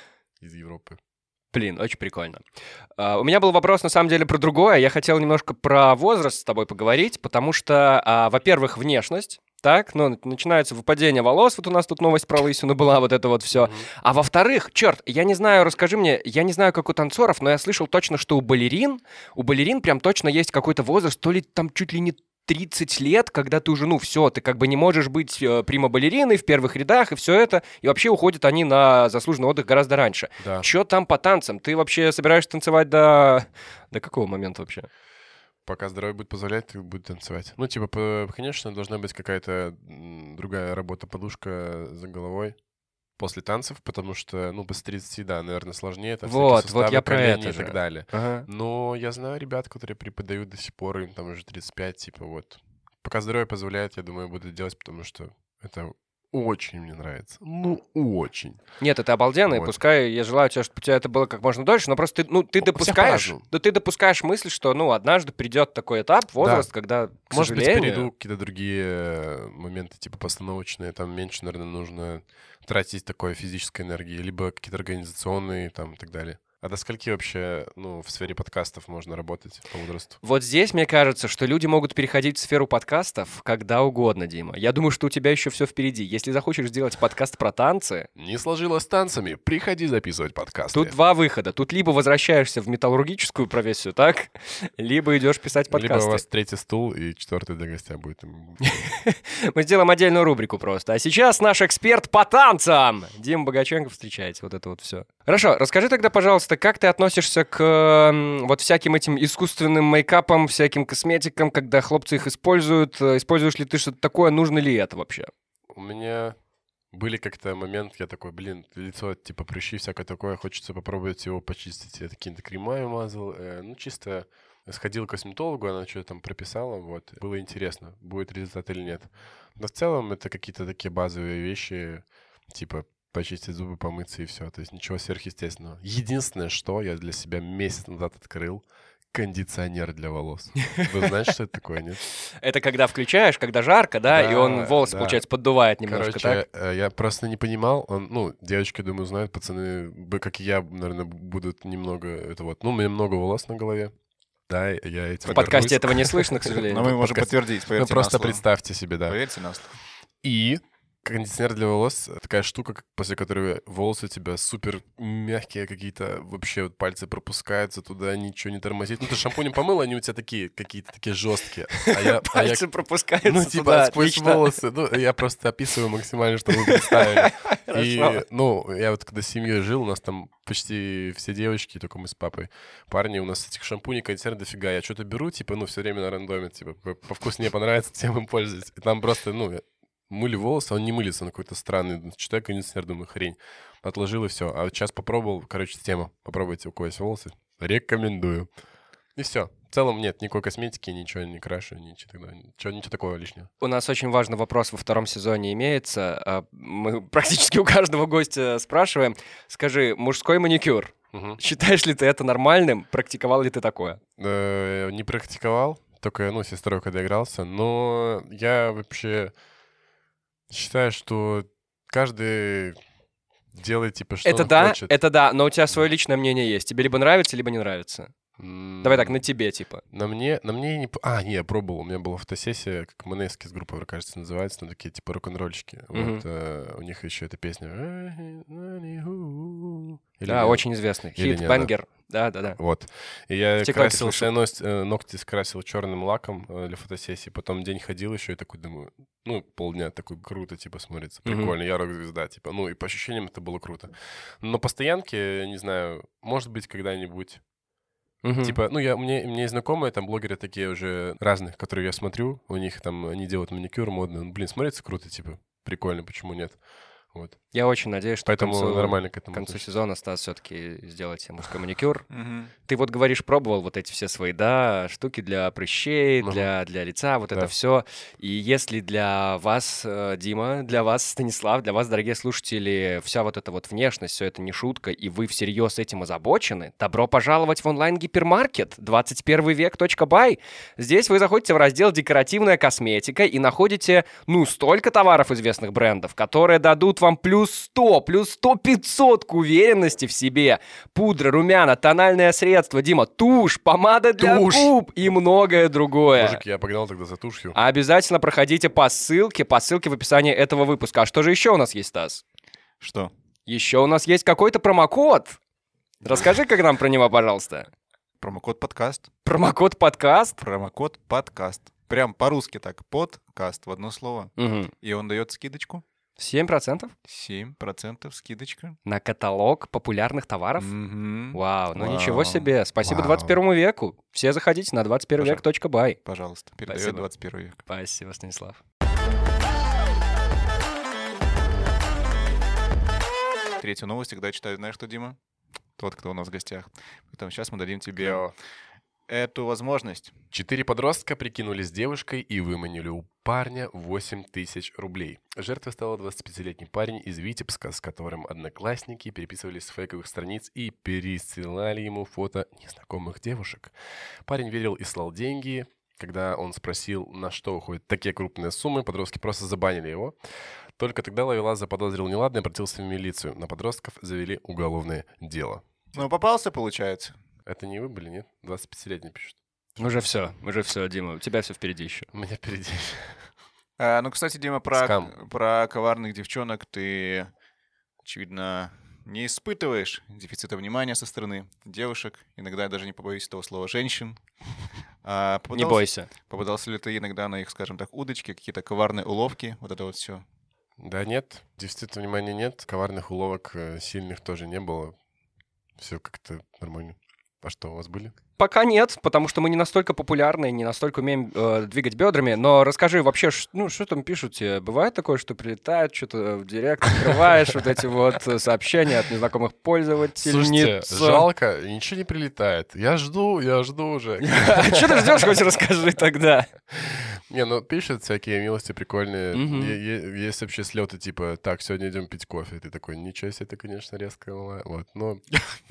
из Европы. Блин, очень прикольно. У меня был вопрос, на самом деле, про другое. Я хотел немножко про возраст с тобой поговорить, потому что, во-первых, внешность. Так, начинается выпадение волос. Вот у нас тут новость про лысину была, вот это вот все. А во-вторых, черт, я не знаю, расскажи мне, я не знаю, как у танцоров, но я слышал точно, что у балерин прям точно есть какой-то возраст, то ли там чуть ли не 30 лет, когда ты уже, все, ты как бы не можешь быть прима-балериной в первых рядах и все это, и вообще уходят они на заслуженный отдых гораздо раньше. Да. Чё там по танцам? Ты вообще собираешься танцевать до какого момента вообще? Пока здоровье будет позволять, ты будешь танцевать. Конечно, должна быть какая-то другая работа, подушка за головой после танцев, потому что, без 30, да, наверное, сложнее. Там Вот суставы, я про колени это и же. так далее. Ага. Но я знаю ребят, которые преподают до сих пор, им там уже 35, типа вот. Пока здоровье позволяет, я думаю, буду делать, потому что это очень мне нравится. Очень. Нет, это обалденно, и Вот. пускай я желаю тебе, чтобы у тебя это было как можно дольше, но просто ты допускаешь мысль, что, однажды придет такой этап, возраст, когда, к Может быть, сожалению... перейду какие-то другие моменты, типа постановочные, там меньше, наверное, нужно тратить такой физической энергии, либо какие-то организационные, там, и так далее. А до скольки вообще, в сфере подкастов можно работать по возрасту? Вот здесь, мне кажется, что люди могут переходить в сферу подкастов когда угодно, Дима. Я думаю, что у тебя еще все впереди. Если захочешь сделать подкаст про танцы... Не сложилось с танцами? Приходи записывать подкасты. Тут два выхода. Тут либо возвращаешься в металлургическую профессию, так? Либо идешь писать подкасты. Либо у вас третий стул и четвертый для гостя будет. Мы сделаем отдельную рубрику просто. А сейчас наш эксперт по танцам. Дима Богаченко, встречайте. Вот это вот все. Хорошо, расскажи тогда, пожалуйста, как ты относишься к вот всяким этим искусственным мейкапам, всяким косметикам, когда хлопцы их используют? Используешь ли ты что-то такое? Нужно ли это вообще? У меня были как-то момент, я такой, лицо типа прыщи, всякое такое, хочется попробовать его почистить. Я какие-то крема мазал, чисто Сходил к косметологу, она что-то там прописала, вот. Было интересно, будет результат или нет. Но в целом это какие-то такие базовые вещи, типа почистить зубы, помыться и все. То есть ничего сверхъестественного. Единственное, что я для себя месяц назад открыл — кондиционер для волос. Вы знаете, что это такое, нет? Это когда включаешь, когда жарко, да, и он волосы, да. получается, поддувает немножко, Короче, так? я просто не понимал. Девочки, думаю, знают, пацаны, как и я, наверное, будут немного... Это вот, у меня много волос на голове. Да, я этим В подкасте горжусь. этого не слышно, к сожалению. Но мы можем подкаст. подтвердить, поверьте на Просто слово. представьте себе, да. Поверьте на слово. И кондиционер для волос — такая штука, после которой волосы у тебя супер мягкие какие-то, вообще вот пальцы пропускаются туда, ничего не тормозит. Ты шампунем помыл, они у тебя такие какие-то такие жесткие. Пальцы пропускаются типа туда, сквозь отлично. волосы. Я просто описываю максимально, чтобы вы представили. И, я вот когда с семьей жил, у нас там почти все девочки, только мы с папой. Парни, у нас этих шампуней, кондиционер дофига. Я что-то беру, все время на рандоме, по вкуснее понравится, тем им пользуюсь. И там просто, мыли волосы, он не мылится, он какой-то странный. Читаю кондиционер, думаю, хрень. Отложил и все. А вот сейчас попробовал, тема. Попробуйте, у кого есть волосы. Рекомендую. И все. В целом нет никакой косметики, ничего не крашу, ничего такого лишнего. У нас очень важный вопрос во втором сезоне имеется. Мы практически у каждого гостя спрашиваем. Скажи, мужской маникюр. Считаешь ли ты это нормальным? Практиковал ли ты такое? Не практиковал, только, с сестрой когда игрался. Но я вообще считаю, что каждый делает, что Это он да, хочет. это да, но у тебя свое личное мнение есть. Тебе либо нравится, либо не нравится. Давай так, на тебе, типа. На мне не... я пробовал. У меня была фотосессия, как Монескис группа, кажется, называется, такие, типа, рок-н-ролльщики. Вот, у них еще эта песня... Да, очень известный. Хит, бенгер. Да. Вот. И я TikTok красил все ногти, скрасил черным лаком для фотосессии. Потом день ходил еще и такой думаю, полдня такой круто, смотрится. Прикольно, я рок-звезда, и по ощущениям это было круто. Но по стоянке, не знаю, может быть, когда-нибудь... у меня есть знакомые, там, блогеры такие уже разных, которые я смотрю, у них там, они делают маникюр модный. Смотрится круто, прикольно, почему нет? Вот. Я очень надеюсь, что Поэтому нормально к к этому концу отношусь. сезона Стас все-таки сделает себе мужской маникюр. Ты вот говоришь, пробовал вот эти все свои, штуки для прыщей, для лица, вот это все. И если для вас, Дима, для вас, Станислав, для вас, дорогие слушатели, вся вот эта вот внешность, все это не шутка, и вы всерьез этим озабочены, добро пожаловать в онлайн-гипермаркет 21век.бай. Здесь вы заходите в раздел «Декоративная косметика» и находите, столько товаров известных брендов, которые дадут вам плюс 100, 500 к уверенности в себе. Пудра, румяна, тональное средство, Дима, тушь, помада для губ и многое другое. Мужик, я погнал тогда за тушью. Обязательно проходите по ссылке в описании этого выпуска. А что же еще у нас есть, Стас? Что? Еще у нас есть какой-то промокод. Расскажи как нам про него, пожалуйста. Промокод подкаст. Промокод подкаст? Промокод подкаст. Прям по-русски так. Подкаст в одно слово. Угу. И он дает скидочку. 7%? 7% скидочка. На каталог популярных товаров? Вау, ничего себе. Спасибо 21 веку. Все заходите на 21век.бай. Пожалуйста, передает 21 век. Спасибо, Станислав. Третью новость всегда читаю, знаешь что, Дима? Тот, кто у нас в гостях. Поэтому сейчас мы дадим тебе эту возможность. 4 подростка прикинулись девушкой и выманили у парня 8 тысяч рублей. Жертвой стал 25-летний парень из Витебска, с которым одноклассники переписывались с фейковых страниц и пересылали ему фото незнакомых девушек. Парень верил и слал деньги. Когда он спросил, на что уходят такие крупные суммы, подростки просто забанили его. Только тогда ловелас заподозрил неладное и обратился в милицию. На подростков завели уголовное дело. Попался, получается. Это не вы были, нет? 25-летний пишут. Уже все, Дима. У тебя все впереди еще. У меня впереди. Кстати, Дима, про коварных девчонок ты, очевидно, не испытываешь дефицита внимания со стороны девушек. Иногда я даже не побоюсь этого слова «женщин». Не бойся. Попадался ли ты иногда на их, скажем так, удочки, какие-то коварные уловки, вот это вот все? Да нет, дефицита внимания нет. Коварных уловок сильных тоже не было. Все как-то нормально. А что, у вас были? пока нет, потому что мы не настолько популярны, не настолько умеем двигать бедрами. Но расскажи вообще, что там пишут тебе? Бывает такое, что прилетает, что-то в директ открываешь, вот эти вот сообщения от незнакомых пользователей? Слушайте, жалко, ничего не прилетает. Я жду уже. А что ты ждешь, хоть расскажи тогда. Не, ну пишут всякие милости прикольные. Есть вообще слеты, типа, так, сегодня идем пить кофе. Ты такой, ничего себе, ты, конечно, резко. Вот, но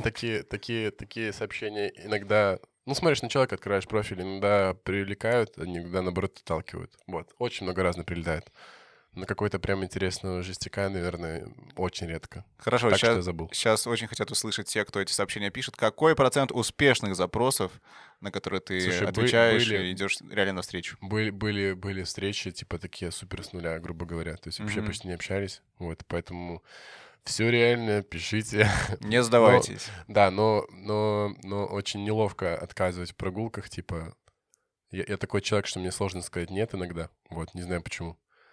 такие сообщения иногда... Ну, смотришь на человека, открываешь профиль, иногда привлекают, иногда, наоборот, отталкивают. Вот, очень много разных прилетает. На какой-то прям интересного жестяка, наверное, очень редко. Хорошо, Так что я забыл. сейчас очень хотят услышать те, кто эти сообщения пишет. Какой процент успешных запросов, на которые ты Слушай, отвечаешь и идешь реально навстречу? Были встречи, типа, такие супер с нуля, грубо говоря. То есть вообще почти не общались. Вот, поэтому все реально, пишите. Не сдавайтесь. Да, но очень неловко отказывать в прогулках, типа... Я такой человек, что мне сложно сказать «нет» иногда. Вот, не знаю почему.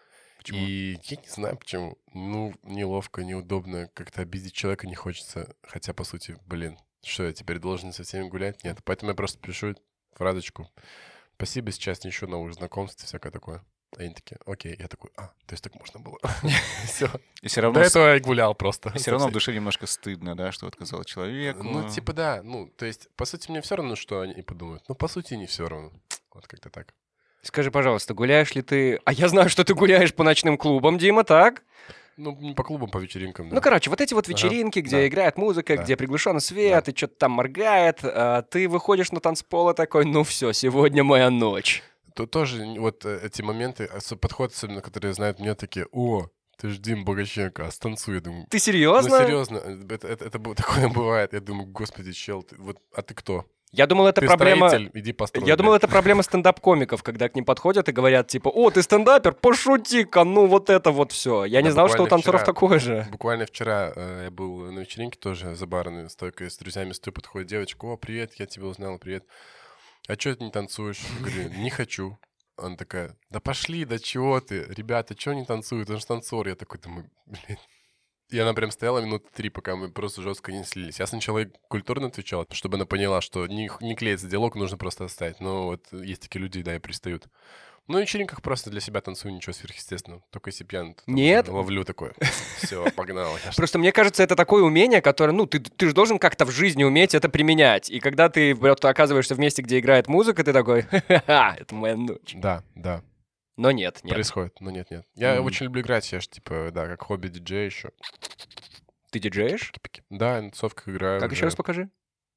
И я не знаю почему. Ну, неловко, неудобно. Как-то обидеть человека не хочется. Хотя, по сути, что я теперь должен со всеми гулять? Нет. Поэтому я просто пишу фразочку. Спасибо, сейчас не ищу новых знакомств, всякое такое. Они такие, окей. Я такой, то есть так можно было. Все. И все равно... До этого я гулял просто. И все равно в душе немножко стыдно, да, что отказал человеку. Ну, типа, да. Ну, то есть, по сути, мне все равно, что они подумают. Но, по сути, не все равно. Вот как-то так. Скажи, пожалуйста, гуляешь ли ты... А я знаю, что ты гуляешь по ночным клубам, Дима, так? Ну, не по клубам, по вечеринкам, да. Ну, короче, вот эти вот вечеринки, где играет музыка, где приглушенный свет, и что-то там моргает, ты выходишь на танцпол и такой, ну все, сегодня моя ночь. То тоже вот эти моменты подходят, особенно, которые знают меня, такие, ты ж Дим Богаченко, станцуй, я думаю. Ты серьезно? Ну, серьезно, это такое бывает. Я думаю, господи, чел, а ты кто? Я думал, это ты проблема... строитель, иди построй. Я думал, это проблема стендап-комиков, когда к ним подходят и говорят, типа, ты стендапер, пошути-ка, ну вот это вот все. Я не знал, что у танцоров такое же. Буквально вчера я был на вечеринке тоже за барной стойкой, с друзьями стою, подходит девочка, привет, я тебя узнал, привет. А что ты не танцуешь? Я говорю, не хочу. Она такая, да пошли, да чего ты? Ребята, чего не танцуют? Он же танцор. Я такой думаю, блин. И она прям стояла минуты 3, пока мы просто жестко не слились. Я сначала ей культурно отвечал, чтобы она поняла, что не клеится диалог, нужно просто оставить. Но вот есть такие люди, да, и пристают. Ну, на вечеринках просто для себя танцую, ничего сверхъестественного. Только если пьяный, нет, ловлю такое. Все, погнал. Просто мне кажется, это такое умение, которое, ты же должен как-то в жизни уметь это применять. И когда ты оказываешься в месте, где играет музыка, ты такой, ха-ха, это моя ночь. Да. Но нет. Происходит, но нет. Я очень люблю играть, я же, типа, да, как хобби диджей еще. Ты диджеешь? Да, на тусовках играю. Как еще раз покажи?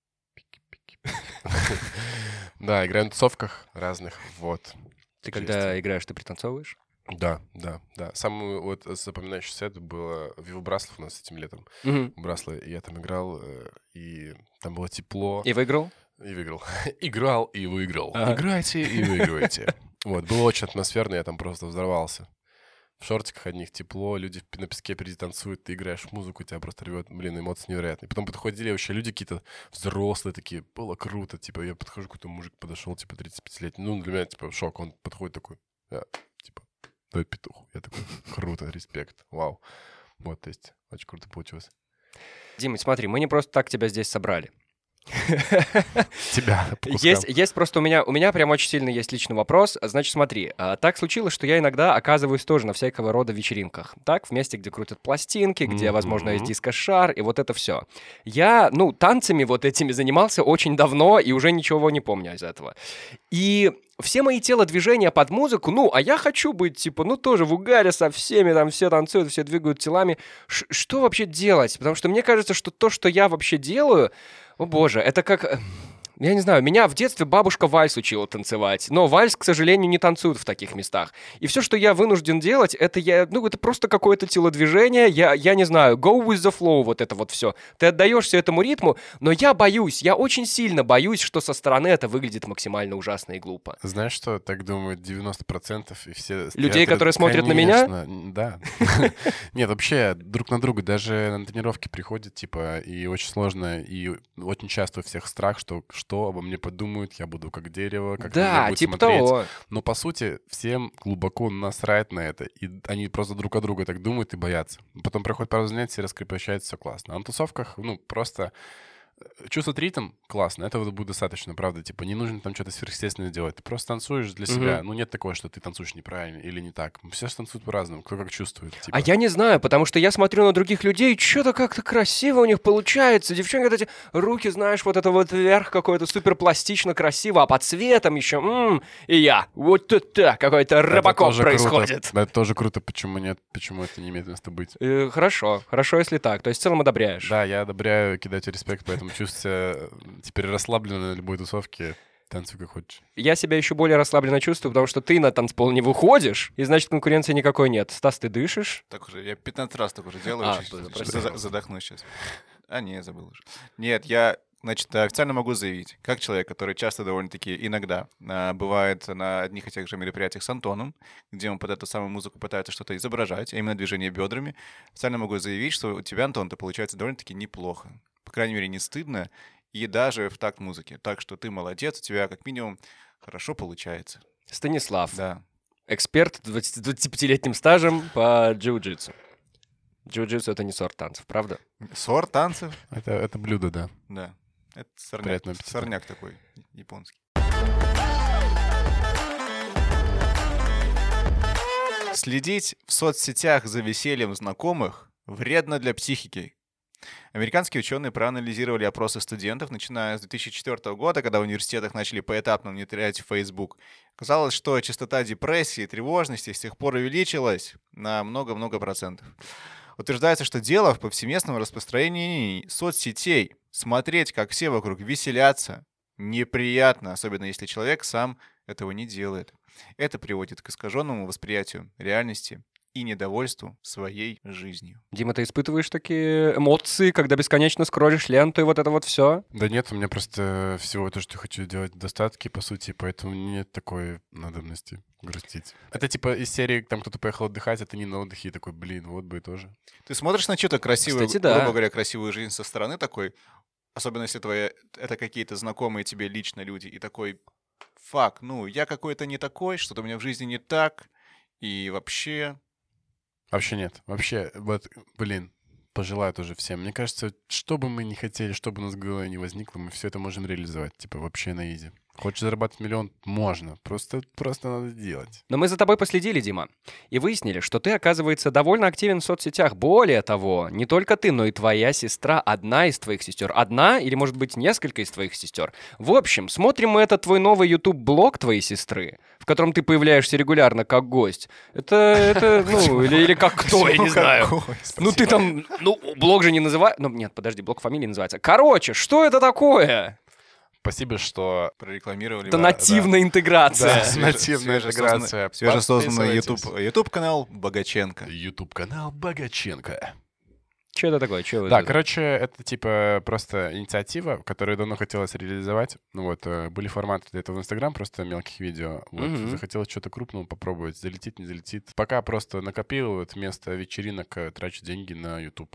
Да, играю на тусовках разных, вот. Ты когда играешь, ты пританцовываешь? Да. Самый вот запоминающийся это было Вива Браслов у нас этим летом. Браслы, я там играл, и там было тепло. И выиграл? И выиграл. Играл и выиграл. Играйте и выигрывайте. Вот, было очень атмосферно, я там просто взорвался. В шортиках одних тепло, люди на песке впереди танцуют, ты играешь музыку, тебя просто рвет, эмоции невероятные. Потом подходили вообще люди какие-то взрослые такие, было круто, типа, я подхожу, какой-то мужик подошел, типа, 35-летний, ну, для меня, типа, шок, он подходит такой, типа, дай петуху. Я такой, круто, респект, вау. Вот, то есть, очень круто получилось. Дима, смотри, мы не просто так тебя здесь собрали. Тебя. Есть просто у меня прям очень сильно есть личный вопрос. Значит, смотри, так случилось, что я иногда оказываюсь тоже на всякого рода вечеринках. Так, в месте, где крутят пластинки, где, возможно, есть диско-шар, и вот это все. Я, танцами вот этими занимался очень давно, и уже ничего не помню из этого. И все мои телодвижения под музыку, а я хочу быть, типа, тоже в угаре со всеми, там все танцуют, все двигают телами. Что вообще делать? Потому что мне кажется, что то, что я вообще делаю, о боже, это как... Я не знаю, меня в детстве бабушка вальс учила танцевать, но вальс, к сожалению, не танцуют в таких местах. И все, что я вынужден делать, это это просто какое-то телодвижение, я не знаю, go with the flow, вот это вот все. Ты отдаешься этому ритму, но я очень сильно боюсь, что со стороны это выглядит максимально ужасно и глупо. Знаешь что, так думают 90% и все... Людей, которые смотрят на меня? Да. Нет, вообще, друг на друга, даже на тренировки приходят, типа, и очень сложно, и очень часто у всех страх, что обо мне подумают, я буду как дерево, как на меня будут смотреть. Того. Но, по сути, всем глубоко насрать на это. И они просто друг о друга так думают и боятся. Потом проходит пару занятий, раскрепощается, все классно. А на тусовках, просто чувствовать ритм классно, этого будет достаточно, правда. Типа, не нужно там что-то сверхъестественное делать. Ты просто танцуешь для себя. Ну, нет такого, что ты танцуешь неправильно или не так. Все же танцуют по-разному, кто как чувствует. Типа. А я не знаю, потому что я смотрю на других людей, что-то как-то красиво у них получается. Девчонки, вот эти руки, знаешь, вот это вот вверх какое-то супер пластично, красиво, а под цветом еще, и я. Вот это какой-то рыбаков происходит. Круто. Это тоже круто, почему нет, почему это не имеет места быть. Хорошо, если так. То есть в целом одобряешь. Да, я одобряю, кидаю тебе респект, поэтому чувствую себя теперь расслабленно на любой тусовке. Танцуй как хочешь. Я себя еще более расслабленно чувствую, потому что ты на танцпол не выходишь, и значит конкуренции никакой нет. Стас, ты дышишь? Так уже, я 15 раз так уже делаю. Задохнусь сейчас. Не, забыл уже. Нет, я, значит, официально могу заявить, как человек, который часто довольно-таки иногда бывает на одних и тех же мероприятиях с Антоном, где он под эту самую музыку пытается что-то изображать, а именно движение бедрами, официально могу заявить, что у тебя, Антон, это получается довольно-таки неплохо. По крайней мере, не стыдно, и даже в такт музыки. Так что ты молодец, у тебя как минимум хорошо получается. Станислав. Да. Эксперт с 25-летним стажем по джиу-джитсу. Джиу-джитсу — это не сорт танцев, правда? Сорт танцев? Это блюдо, да. Да. Это сорняк такой японский. Следить в соцсетях за весельем знакомых вредно для психики. Американские ученые проанализировали опросы студентов, начиная с 2004 года, когда в университетах начали поэтапно внедрять Facebook. Оказалось, что частота депрессии и тревожности с тех пор увеличилась на много-много процентов. Утверждается, что дело в повсеместном распространении соцсетей. Смотреть, как все вокруг веселятся, неприятно, особенно если человек сам этого не делает. Это приводит к искаженному восприятию реальности и недовольству своей жизнью. Дима, ты испытываешь такие эмоции, когда бесконечно скроллишь ленту и вот это вот все? Да нет, у меня просто всего то, что я хочу делать, в достатке, по сути, поэтому нет такой надобности грустить. Это типа из серии, там кто-то поехал отдыхать, а ты не на отдыхе, и такой, блин, вот бы и тоже. Ты смотришь на что-то красивое, Кстати, да. грубо говоря, красивую жизнь со стороны такой, особенно если это какие-то знакомые тебе лично люди, и такой, фак, я какой-то не такой, что-то у меня в жизни не так, и вообще... Вообще нет. Вообще, вот, блин, пожелаю тоже всем. Мне кажется, что бы мы ни хотели, что бы у нас в голове не возникло, мы все это можем реализовать. Типа вообще на изи. Хочешь зарабатывать миллион? Можно. Просто надо делать. Но мы за тобой последили, Дима, и выяснили, что ты, оказывается, довольно активен в соцсетях. Более того, не только ты, но и твоя сестра, одна из твоих сестер. Одна или, может быть, несколько из твоих сестер. В общем, смотрим мы этот твой новый YouTube-блог твоей сестры, в котором ты появляешься регулярно как гость. Это или как кто, я не знаю. Ты там, блог же не называется... Нет, подожди, блог фамилии называется. Короче, что это такое? Спасибо, что прорекламировали. Это нативная интеграция. Да, нативная интеграция. Свежесозданный YouTube-канал Богаченко. YouTube-канал Богаченко. Что это такое? Да, короче, это типа просто инициатива, которую давно хотелось реализовать. Были форматы для этого в Инстаграм, просто мелких видео. Захотелось что-то крупного попробовать. Залетит, не залетит. Пока просто накопил вместо вечеринок, трачу деньги на YouTube.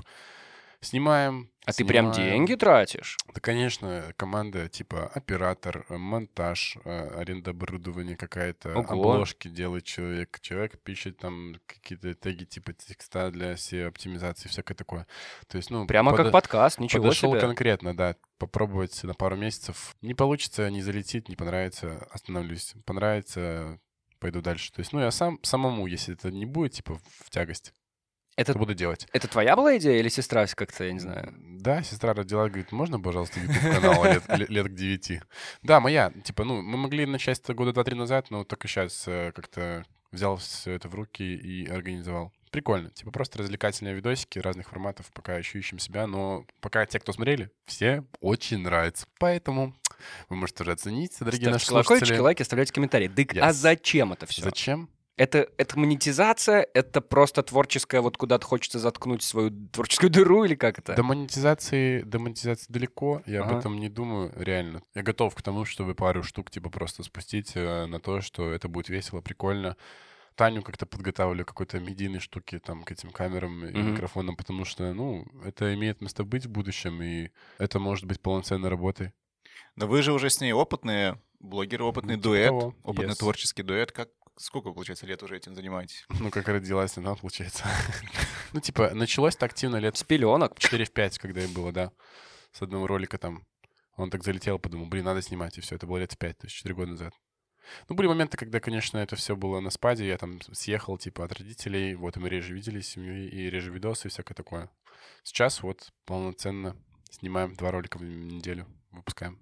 Снимаем. Ты прям деньги тратишь? Да, конечно, команда типа оператор, монтаж, аренда оборудования какая-то, обложки делает человек. Человек пишет там какие-то теги типа текста для SEO-оптимизации, всякое такое. То есть, прямо как подкаст, ничего подошел себе. Конкретно, да. Попробовать на пару месяцев. Не получится, не залетит, не понравится, остановлюсь. Понравится, пойду дальше. То есть, я самому, если это не будет, типа, в тягость, это буду делать. Это твоя была идея или сестра как-то, я не знаю? Да, сестра родила, говорит, можно, пожалуйста, YouTube-канал лет к 9? Да, моя. Типа, мы могли начать это года 2-3 назад, но только сейчас как-то взял все это в руки и организовал. Прикольно. Типа просто развлекательные видосики разных форматов, пока еще ищем себя. Но пока те, кто смотрели, все очень нравится. Поэтому вы можете тоже оценить, дорогие наши слушатели. Колокольчики, лайки, оставляйте комментарии. А зачем это все? Зачем? Это монетизация, это просто творческое, куда-то хочется заткнуть свою творческую дыру или как это? До монетизации далеко, я об этом не думаю, реально. Я готов к тому, чтобы пару штук типа просто спустить на то, что это будет весело, прикольно. Таню как-то подготавливаю какой-то медийной штуки там к этим камерам и микрофонам, потому что, это имеет место быть в будущем, и это может быть полноценной работой. Но вы же уже с ней опытные блогеры, опытный дуэт, опытный творческий дуэт. Сколько, получается, лет уже этим занимаетесь? Как родилась она, получается. Началось так активно лет... С пеленок. 4-5, когда ей было, да. с одного ролика там. Он так залетел, подумал, надо снимать, и все. Это было лет 5, то есть 4 года назад. Ну, были моменты, когда, конечно, это все было на спаде, я там съехал, типа, от родителей, вот, и мы реже виделись с семьей, и реже видосы, и всякое такое. Сейчас вот полноценно снимаем 2 ролика в неделю, выпускаем.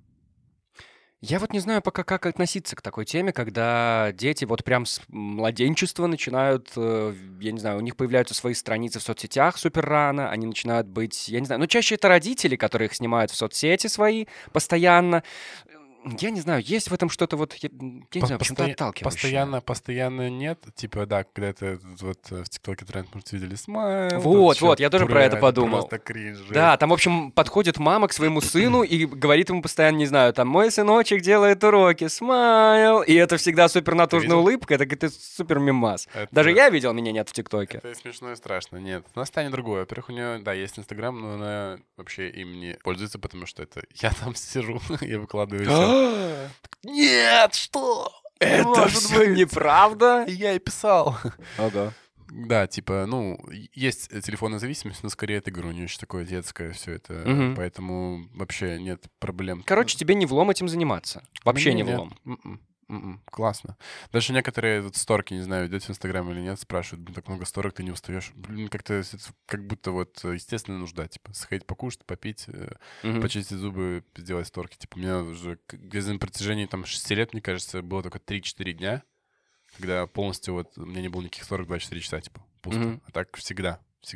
Я вот не знаю пока, как относиться к такой теме, когда дети вот прям с младенчества начинают, я не знаю, у них появляются свои страницы в соцсетях супер рано, они начинают быть, я не знаю, но чаще это родители, которые их снимают в соцсети свои постоянно. Я не знаю, есть в этом что-то вот, я не знаю, почему-то отталкивающее. Постоянно нет. Типа, да, когда это вот в ТикТоке тренд, может, видели смайл. Вот, я тоже про это подумал. Просто кринж. Да, там, в общем, подходит мама к своему сыну и говорит ему постоянно, не знаю, там, мой сыночек делает уроки, смайл. И это всегда супер натужная улыбка, это супер мимас. Даже я видел, меня нет в ТикТоке. Это смешно и страшно. Нет, у нас станет другое. Во-первых, у нее, да, есть Инстаграм, но она вообще им не пользуется, потому что это я там сижу, я выкладываю все. Нет, что? Это все неправда? Я и писал. Ага. Да, типа, ну, есть телефонная зависимость, но скорее это, говорю, у нее еще такое детское все это, поэтому вообще нет проблем. Короче, тебе не влом этим заниматься. Вообще не влом. Классно. Даже некоторые вот сторки, не знаю, идете в Инстаграм или нет, спрашивают, так много сторок, ты не устаешь. Как-то как будто вот естественная нужда, типа, сходить покушать, попить, почистить зубы, сделать сторки. Типа, у меня уже на протяжении там 6 лет, мне кажется, было только 3-4 дня, когда полностью вот у меня не было никаких сторок 24 часа, типа, пусто. А так всегда.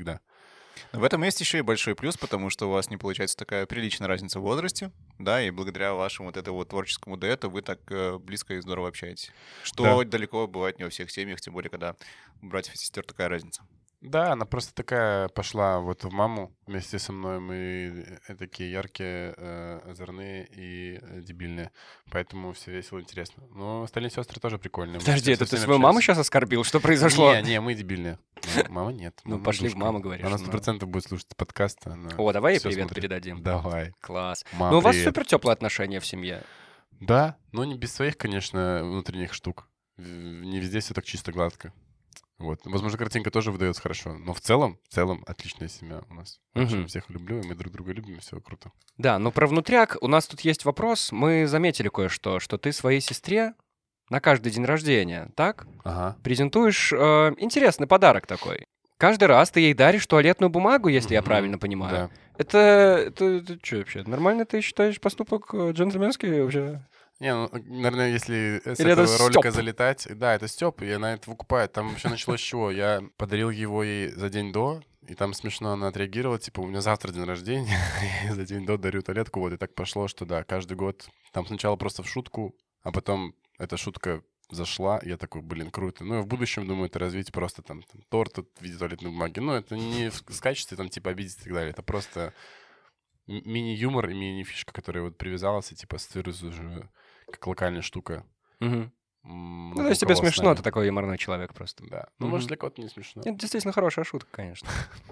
Но в этом есть еще и большой плюс, потому что у вас не получается такая приличная разница в возрасте, да, и благодаря вашему вот этому вот творческому дуэту вы так близко и здорово общаетесь. Что далеко бывает не во всех семьях, тем более, когда у братьев и сестер такая разница. Да, она просто такая пошла вот в маму вместе со мной. Мы такие яркие, озорные и дебильные. Поэтому все весело, интересно. Но остальные сестры тоже прикольные. Подожди, это ты свою маму сейчас оскорбил? Что произошло? Не, мы дебильные. Мама нет. Ну, пошли в маму, говоришь. Она 100% будет слушать подкаст. О, давай ей привет передадим. Давай. Класс. Ну, у вас супер теплые отношения в семье. Да, но не без своих, конечно, внутренних штук. Не везде все так чисто гладко. Вот. Возможно, картинка тоже выдается хорошо. Но в целом отличная семья у нас. Очень всех люблю, и мы друг друга любим, и все круто. Да, но про внутряк у нас тут есть вопрос. Мы заметили кое-что, что ты своей сестре на каждый день рождения, так? Ага. Презентуешь интересный подарок такой. Каждый раз ты ей даришь туалетную бумагу, если я правильно понимаю. Да. Это что вообще? Нормально ты считаешь поступок джентльменский вообще? Не, ну, наверное, если с этого ролика залетать... Да, это Стёп, и она это выкупает. Там вообще началось с чего? Я подарил его ей за день до, и там смешно она отреагировала, типа, у меня завтра день рождения, я за день до дарю туалетку, вот, и так пошло, что да, каждый год. Там сначала просто в шутку, а потом эта шутка зашла, я такой, круто. Ну, и в будущем, думаю, это развить просто там торт в виде туалетной бумаги. Ну, это не в качестве, там, типа, обидеть и так далее. Это просто мини-юмор и мини-фишка, которая вот привязалась, и, типа, ассоциируется уже как локальная штука. Ну, то есть тебе смешно, ты такой юморной человек просто. Да. Ну, может, для кого-то не смешно. Это действительно хорошая шутка, конечно.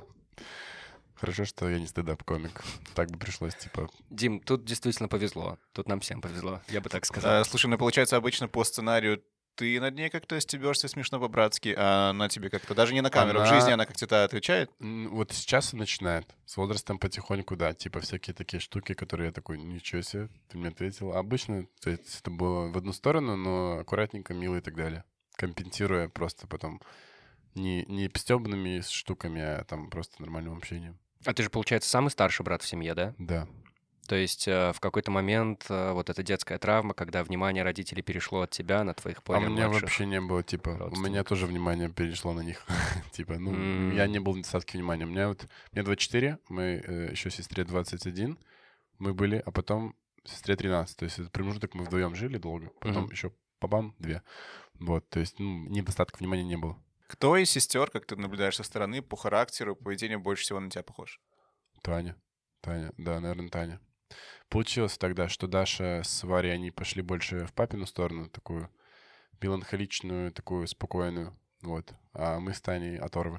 Хорошо, что я не стендап-комик. Так бы пришлось, типа... Дим, тут действительно повезло. Тут нам всем повезло, я бы так сказал. Слушай, ну, получается, обычно по сценарию ты над ней как-то стебешься смешно по-братски, а она тебе как-то, даже не на камеру, в жизни она как-то отвечает? Вот сейчас и начинает. С возрастом потихоньку, да. Типа всякие такие штуки, которые я такой, ничего себе, ты мне ответил. А обычно то есть, это было в одну сторону, но аккуратненько, мило и так далее. Компенсируя просто потом не стебными штуками, а там просто нормальным общением. А ты же, получается, самый старший брат в семье, да? Да. То есть в какой-то момент вот эта детская травма, когда внимание родителей перешло от тебя на твоих более младших. А у меня вообще не было, типа, у меня тоже внимание перешло на них. Типа, ну, я не был в недостатке внимания. Мне 24, мы еще сестре 21 мы были, а потом сестре 13. То есть этот промежуток мы вдвоем жили долго, потом еще по-бам, 2. Вот, то есть недостатка внимания не было. Кто из сестер, как ты наблюдаешь со стороны, по характеру, поведению больше всего на тебя похож? Таня, да, наверное, Таня. Получилось тогда, что Даша с Варей, они пошли больше в папину сторону, такую меланхоличную, такую спокойную, вот. А мы с Таней оторвы.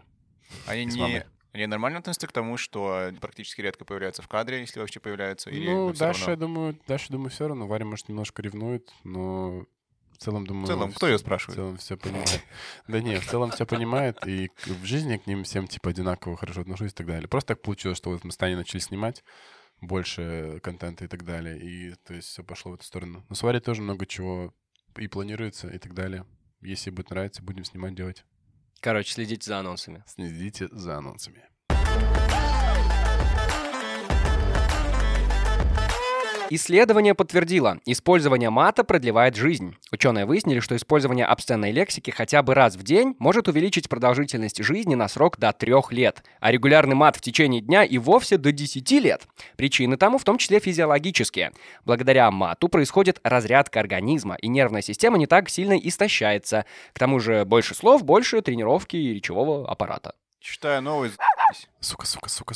Они нормально относятся к тому, что практически редко появляются в кадре, если вообще появляются? Или ну, Даша, я думаю, все равно. Варя, может, немножко ревнует, но в целом, думаю... В целом, кто ее спрашивает? В целом все понимает. Да нет, в целом все понимает, и в жизни к ним всем, типа, одинаково хорошо отношусь и так далее. Просто так получилось, что вот мы с Таней начали снимать. больше контента и так далее. И то есть все пошло в эту сторону. Но с Варей тоже много чего и планируется, и так далее. Если будет нравиться, будем снимать, делать. Короче, следите за анонсами. Следите за анонсами. Исследование подтвердило, использование мата продлевает жизнь. Ученые выяснили, что использование обсценной лексики хотя бы раз в день может увеличить продолжительность жизни на срок до 3 лет, а регулярный мат в течение дня и вовсе до 10 лет. Причины тому в том числе физиологические. Благодаря мату происходит разрядка организма, и нервная система не так сильно истощается. К тому же больше слов, больше тренировки и речевого аппарата. Читаю новость. Сука.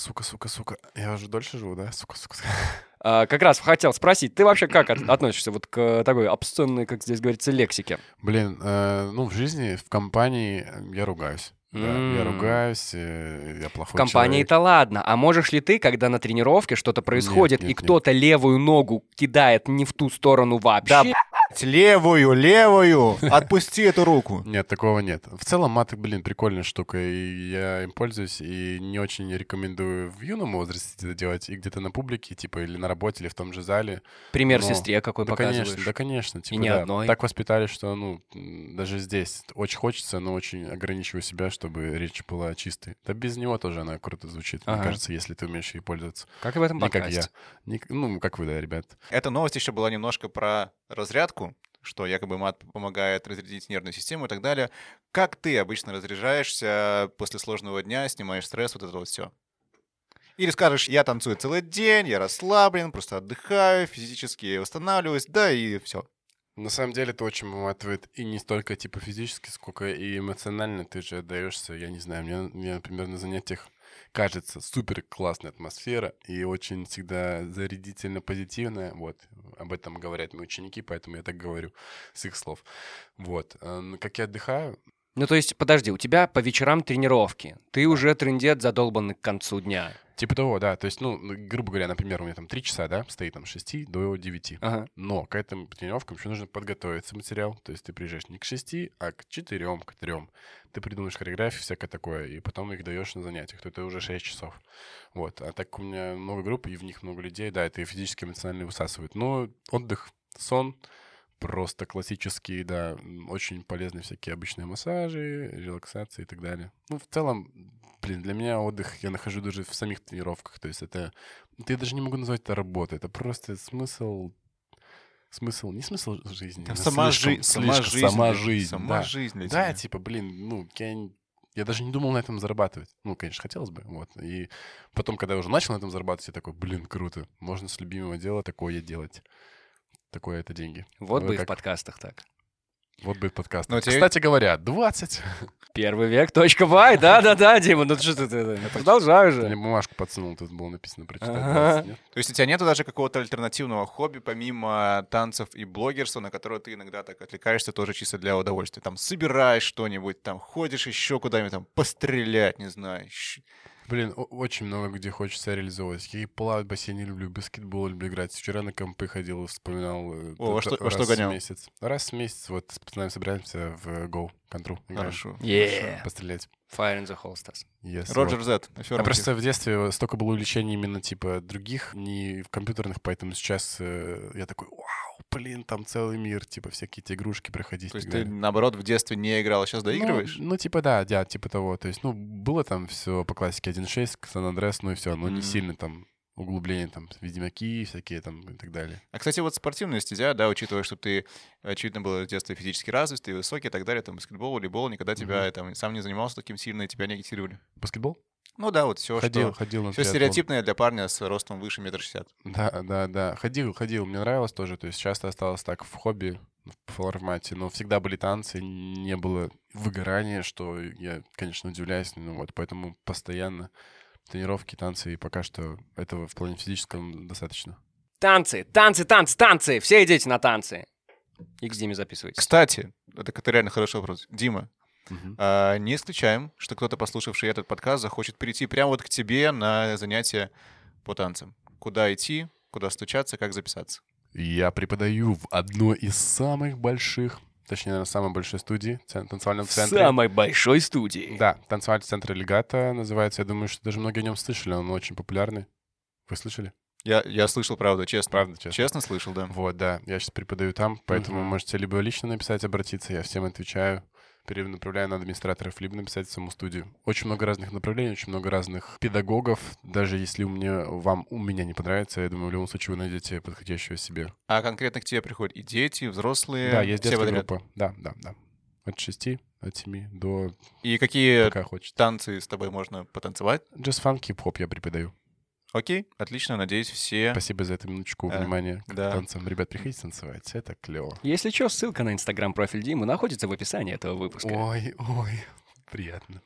Я уже дольше живу, да? Сука. Как раз хотел спросить, ты вообще как относишься вот к такой обсценной, как здесь говорится, лексике? Блин, в жизни, в компании я ругаюсь. Да, я ругаюсь, я плохой В компании-то ладно, а можешь ли ты, когда на тренировке что-то происходит, Нет, и кто-то левую ногу кидает не в ту сторону вообще? Левую! Отпусти эту руку. Нет, такого нет. В целом мат, прикольная штука, и я им пользуюсь, и не очень рекомендую в юном возрасте это делать, и где-то на публике, типа, или на работе, или в том же зале. Пример Но- сестре какой да, показываешь? конечно. Типа, не да. одной. Так воспитали, что, даже здесь очень хочется, но очень ограничиваю себя, чтобы речь была чистой. Да без него тоже она круто звучит, мне Ага. кажется, если ты умеешь ей пользоваться. Как и в этом Не как подкасте. я. Как вы, да, ребят. Эта новость еще была немножко про разрядку, что якобы мат помогает разрядить нервную систему и так далее. Как ты обычно разряжаешься после сложного дня, снимаешь стресс, вот это вот все? Или скажешь, я танцую целый день, я расслаблен, просто отдыхаю, физически восстанавливаюсь, да и все. На самом деле это очень выматывает и не столько типа физически, сколько и эмоционально. Ты же отдаешься, я не знаю, мне например, на занятиях кажется супер классная атмосфера и очень всегда зарядительно позитивная. Вот, об этом говорят мои ученики, поэтому я так говорю с их слов. Вот, как я отдыхаю, Ну, то есть, подожди, у тебя по вечерам тренировки. Ты уже трындец задолбанный к концу дня. типа того, да. То есть, грубо говоря, например, у меня там 3 часа, да, стоит там с 6 до 9. Ага. Но к этим тренировкам еще нужно подготовиться материал. То есть ты приезжаешь не к 6, а к 4, к 3. Ты придумаешь хореографию, всякое такое, и потом их даешь на занятиях. То это уже 6 часов. Вот. А так как у меня много групп, и в них много людей, да, это и физически, эмоционально высасывает. Но отдых, сон, просто классические, да, очень полезные всякие обычные массажи, релаксации и так далее. В целом, для меня отдых я нахожу даже в самих тренировках. То есть это... Я даже не могу назвать это работой. Это просто смысл... Не смысл жизни. Там а сама слишком жизнь. жизнь. Сама Да. жизнь для Да, тебя. типа, я даже не думал на этом зарабатывать. Конечно, хотелось бы. Вот. И потом, когда я уже начал на этом зарабатывать, я такой, круто. Можно с любимого дела такое делать. Такое это деньги. Вот Вы бы и в как? подкастах так. Вот будет подкаст. Но тебе- Кстати говоря, 20. Первый век, .бай, да, Дима, ну что ты, продолжай Ты мне же. бумажку подсунул, тут было написано прочитать. Ага. 20, нет? То есть у тебя нету даже какого-то альтернативного хобби, помимо танцев и блогерства, на которое ты иногда так отвлекаешься тоже чисто для удовольствия? Там собираешь что-нибудь, там ходишь еще куда-нибудь, там пострелять, не знаю. Блин, очень много где хочется реализовывать. Я и плавать в бассейне люблю, в баскетбол люблю играть. Вчера на компы ходил, вспоминал. Во что раз гонял? в месяц. Раз в месяц вот с пацанами собираемся в Go, контру. играем. Хорошо. Yeah. Пострелять. Fire in the Holsters. Yes, Роджер вот. Зет. Я просто в детстве столько было увлечений именно типа других, не компьютерных, поэтому сейчас я такой, вау, блин, там целый мир, типа всякие эти игрушки проходить. То и есть так ты, далее. наоборот, в детстве не играл, а сейчас доигрываешь? Типа да, типа того. То есть, было там все по классике 1.6, Сан-Андреас, и все, но не Мгм. сильно там углубления, там, Ведьмаки всякие там и так далее. А, кстати, вот спортивные стезя, да, учитывая, что ты, очевидно, был с детства физически развит, ты высокий и так далее, там, баскетбол, волейбол, никогда тебя, там, сам не занимался таким сильно, и тебя не агитировали. Баскетбол? Ну да, вот все, Ходил что... на Все триатлон. стереотипное для парня с ростом выше 1,60 м. Да. Ходил. Мне нравилось тоже. То есть часто осталось так в хобби, в формате. Но всегда были танцы, не было выгорания, что я, конечно, удивляюсь. Поэтому постоянно тренировки, танцы. И пока что этого в плане физическом достаточно. Танцы! Все идите на танцы. И к Диме записывайтесь. Кстати, это реально хороший вопрос. Дима, Мгм. не исключаем, что кто-то, послушавший этот подкаст, захочет перейти прямо вот к тебе на занятия по танцам. Куда идти, куда стучаться, как записаться. Я преподаю в одной из самых больших, точнее, наверное, самой большой студии, танцевальном В центре. самой большой студии. Да, танцевальный центр «Элегата» называется. Я думаю, что даже многие о нем слышали. Он очень популярный. Вы слышали? Я слышал, правда, честно. Правда, честно. Честно слышал, да. Вот, да. Я сейчас преподаю там, поэтому можете либо лично написать, обратиться, я всем отвечаю. Перенаправляю на администраторов, либо написать в саму студию. Очень много разных направлений, очень много разных педагогов. Даже если у меня не понравится, я думаю, в любом случае вы найдете подходящего себе. А конкретно к тебе приходят и дети, и взрослые? Да, есть все детская подряд? группа. Да. От 6, от 7 до И какие пока хочется. танцы с тобой можно потанцевать? Джаз-фанк, хип-хоп я преподаю. Окей, отлично, надеюсь, все... Спасибо за эту минуточку внимания к да. танцам. Ребят, приходите танцевать, это клево. Если что, ссылка на инстаграм-профиль Димы находится в описании этого выпуска. Ой, приятно.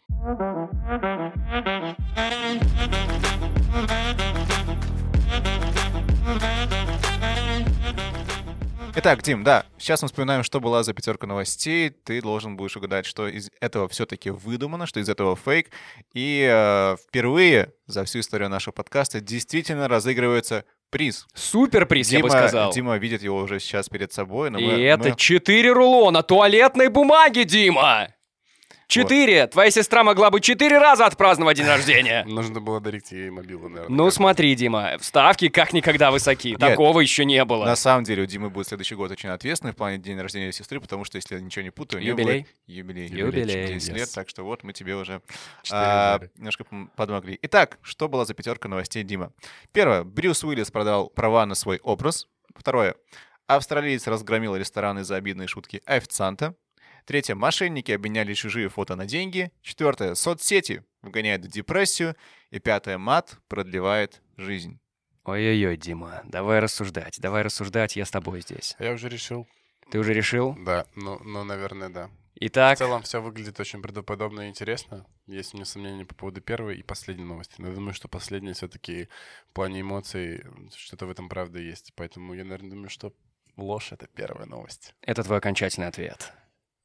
Итак, Дим, да, сейчас мы вспоминаем, что была за пятерка новостей. Ты должен будешь угадать, что из этого все-таки выдумано, что из этого фейк. И впервые за всю историю нашего подкаста действительно разыгрывается приз. Супер приз, я бы сказал. Дима видит его уже сейчас перед собой. Но это 4 рулона туалетной бумаги, Дима! 4! Твоя сестра могла бы 4 раза отпраздновать день рождения. Нужно было дарить ей мобилу, наверное. Ну смотри, Дима, ставки как никогда высоки. Такого еще не было. На самом деле у Димы будет следующий год очень ответственный в плане дня рождения сестры, потому что, если я ничего не путаю, у нее будет юбилей 10 лет, так что вот мы тебе уже немножко подмогли. Итак, что было за пятерка новостей, Дима? Первое. Брюс Уиллис продал права на свой образ. Второе. Австралиец разгромил ресторан из-за обидной шутки официанта. Третье. Мошенники обменяли чужие фото на деньги. Четвертое. Соцсети вгоняют в депрессию. И пятое. Мат продлевает жизнь. Ой-ой-ой, Дима, давай рассуждать, я с тобой здесь. Я уже решил. Ты уже решил? Да, ну, наверное, да. Итак... В целом все выглядит очень правдоподобно и интересно. Есть у меня сомнения по поводу первой и последней новости. Но я думаю, что последняя все-таки в плане эмоций что-то в этом правда есть. Поэтому я, наверное, думаю, что ложь — это первая новость. Это твой окончательный ответ.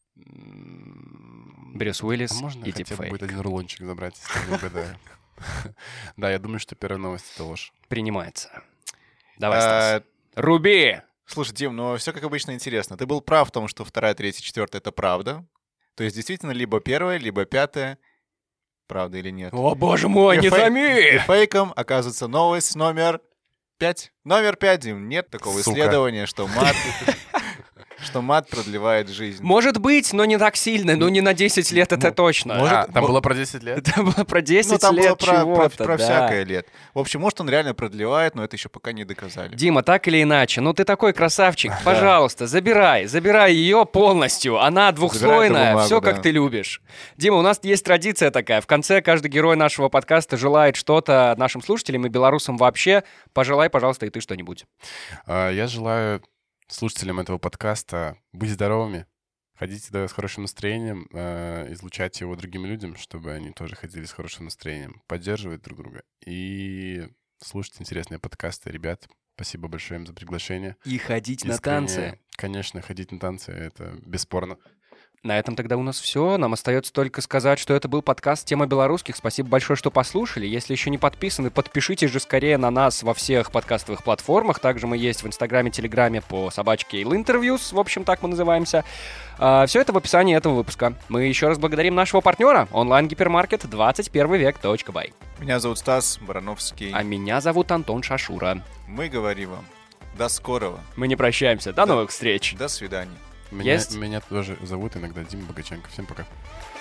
Брюс Уиллис можно и хотя бы дипфейк. будет один рулончик забрать, если не угадаю? Да, я думаю, что первая новость — это ложь. Принимается. Давай, Стас. Руби! Слушай, Дим, ну все как обычно интересно. Ты был прав в том, что вторая, третья, четвертая — это правда. То есть действительно либо первая, либо пятая. Правда или нет? О, боже мой, не И томи! фейком оказывается новость номер 5. Номер 5, Дим. Нет такого исследования, что мат продлевает жизнь. Может быть, но не так сильно, но не на 10 лет, это точно. Там было про 10 лет? Там было про 10 Ну, там было лет чего-то, про да. всякое лет. В общем, может, он реально продлевает, но это еще пока не доказали. Дима, так или иначе, ну ты такой красавчик, пожалуйста, забирай ее полностью. Она двухслойная, бумагу, все да. как ты любишь. Дима, у нас есть традиция такая. В конце каждый герой нашего подкаста желает что-то нашим слушателям и белорусам вообще. Пожелай, пожалуйста, и ты что-нибудь. Я желаю слушателям этого подкаста быть здоровыми, ходите с хорошим настроением, излучать его другим людям, чтобы они тоже ходили с хорошим настроением, поддерживать друг друга и слушать интересные подкасты. Ребят, спасибо большое им за приглашение. И ходить Искренне, на танцы. Конечно, ходить на танцы — это бесспорно. На этом тогда у нас все. Нам остается только сказать, что это был подкаст «Тема белорусских». Спасибо большое, что послушали. Если еще не подписаны, подпишитесь же скорее на нас во всех подкастовых платформах. Также мы есть в Инстаграме, Телеграме по собачке Interviews. В общем, так мы называемся. Все это в описании этого выпуска. Мы еще раз благодарим нашего партнера онлайн-гипермаркет 21век.бай. Меня зовут Стас Барановский. А меня зовут Антон Шашура. Мы говорим вам до скорого. Мы не прощаемся. До новых встреч. До свидания. Меня тоже зовут иногда Дима Богаченко. Всем пока.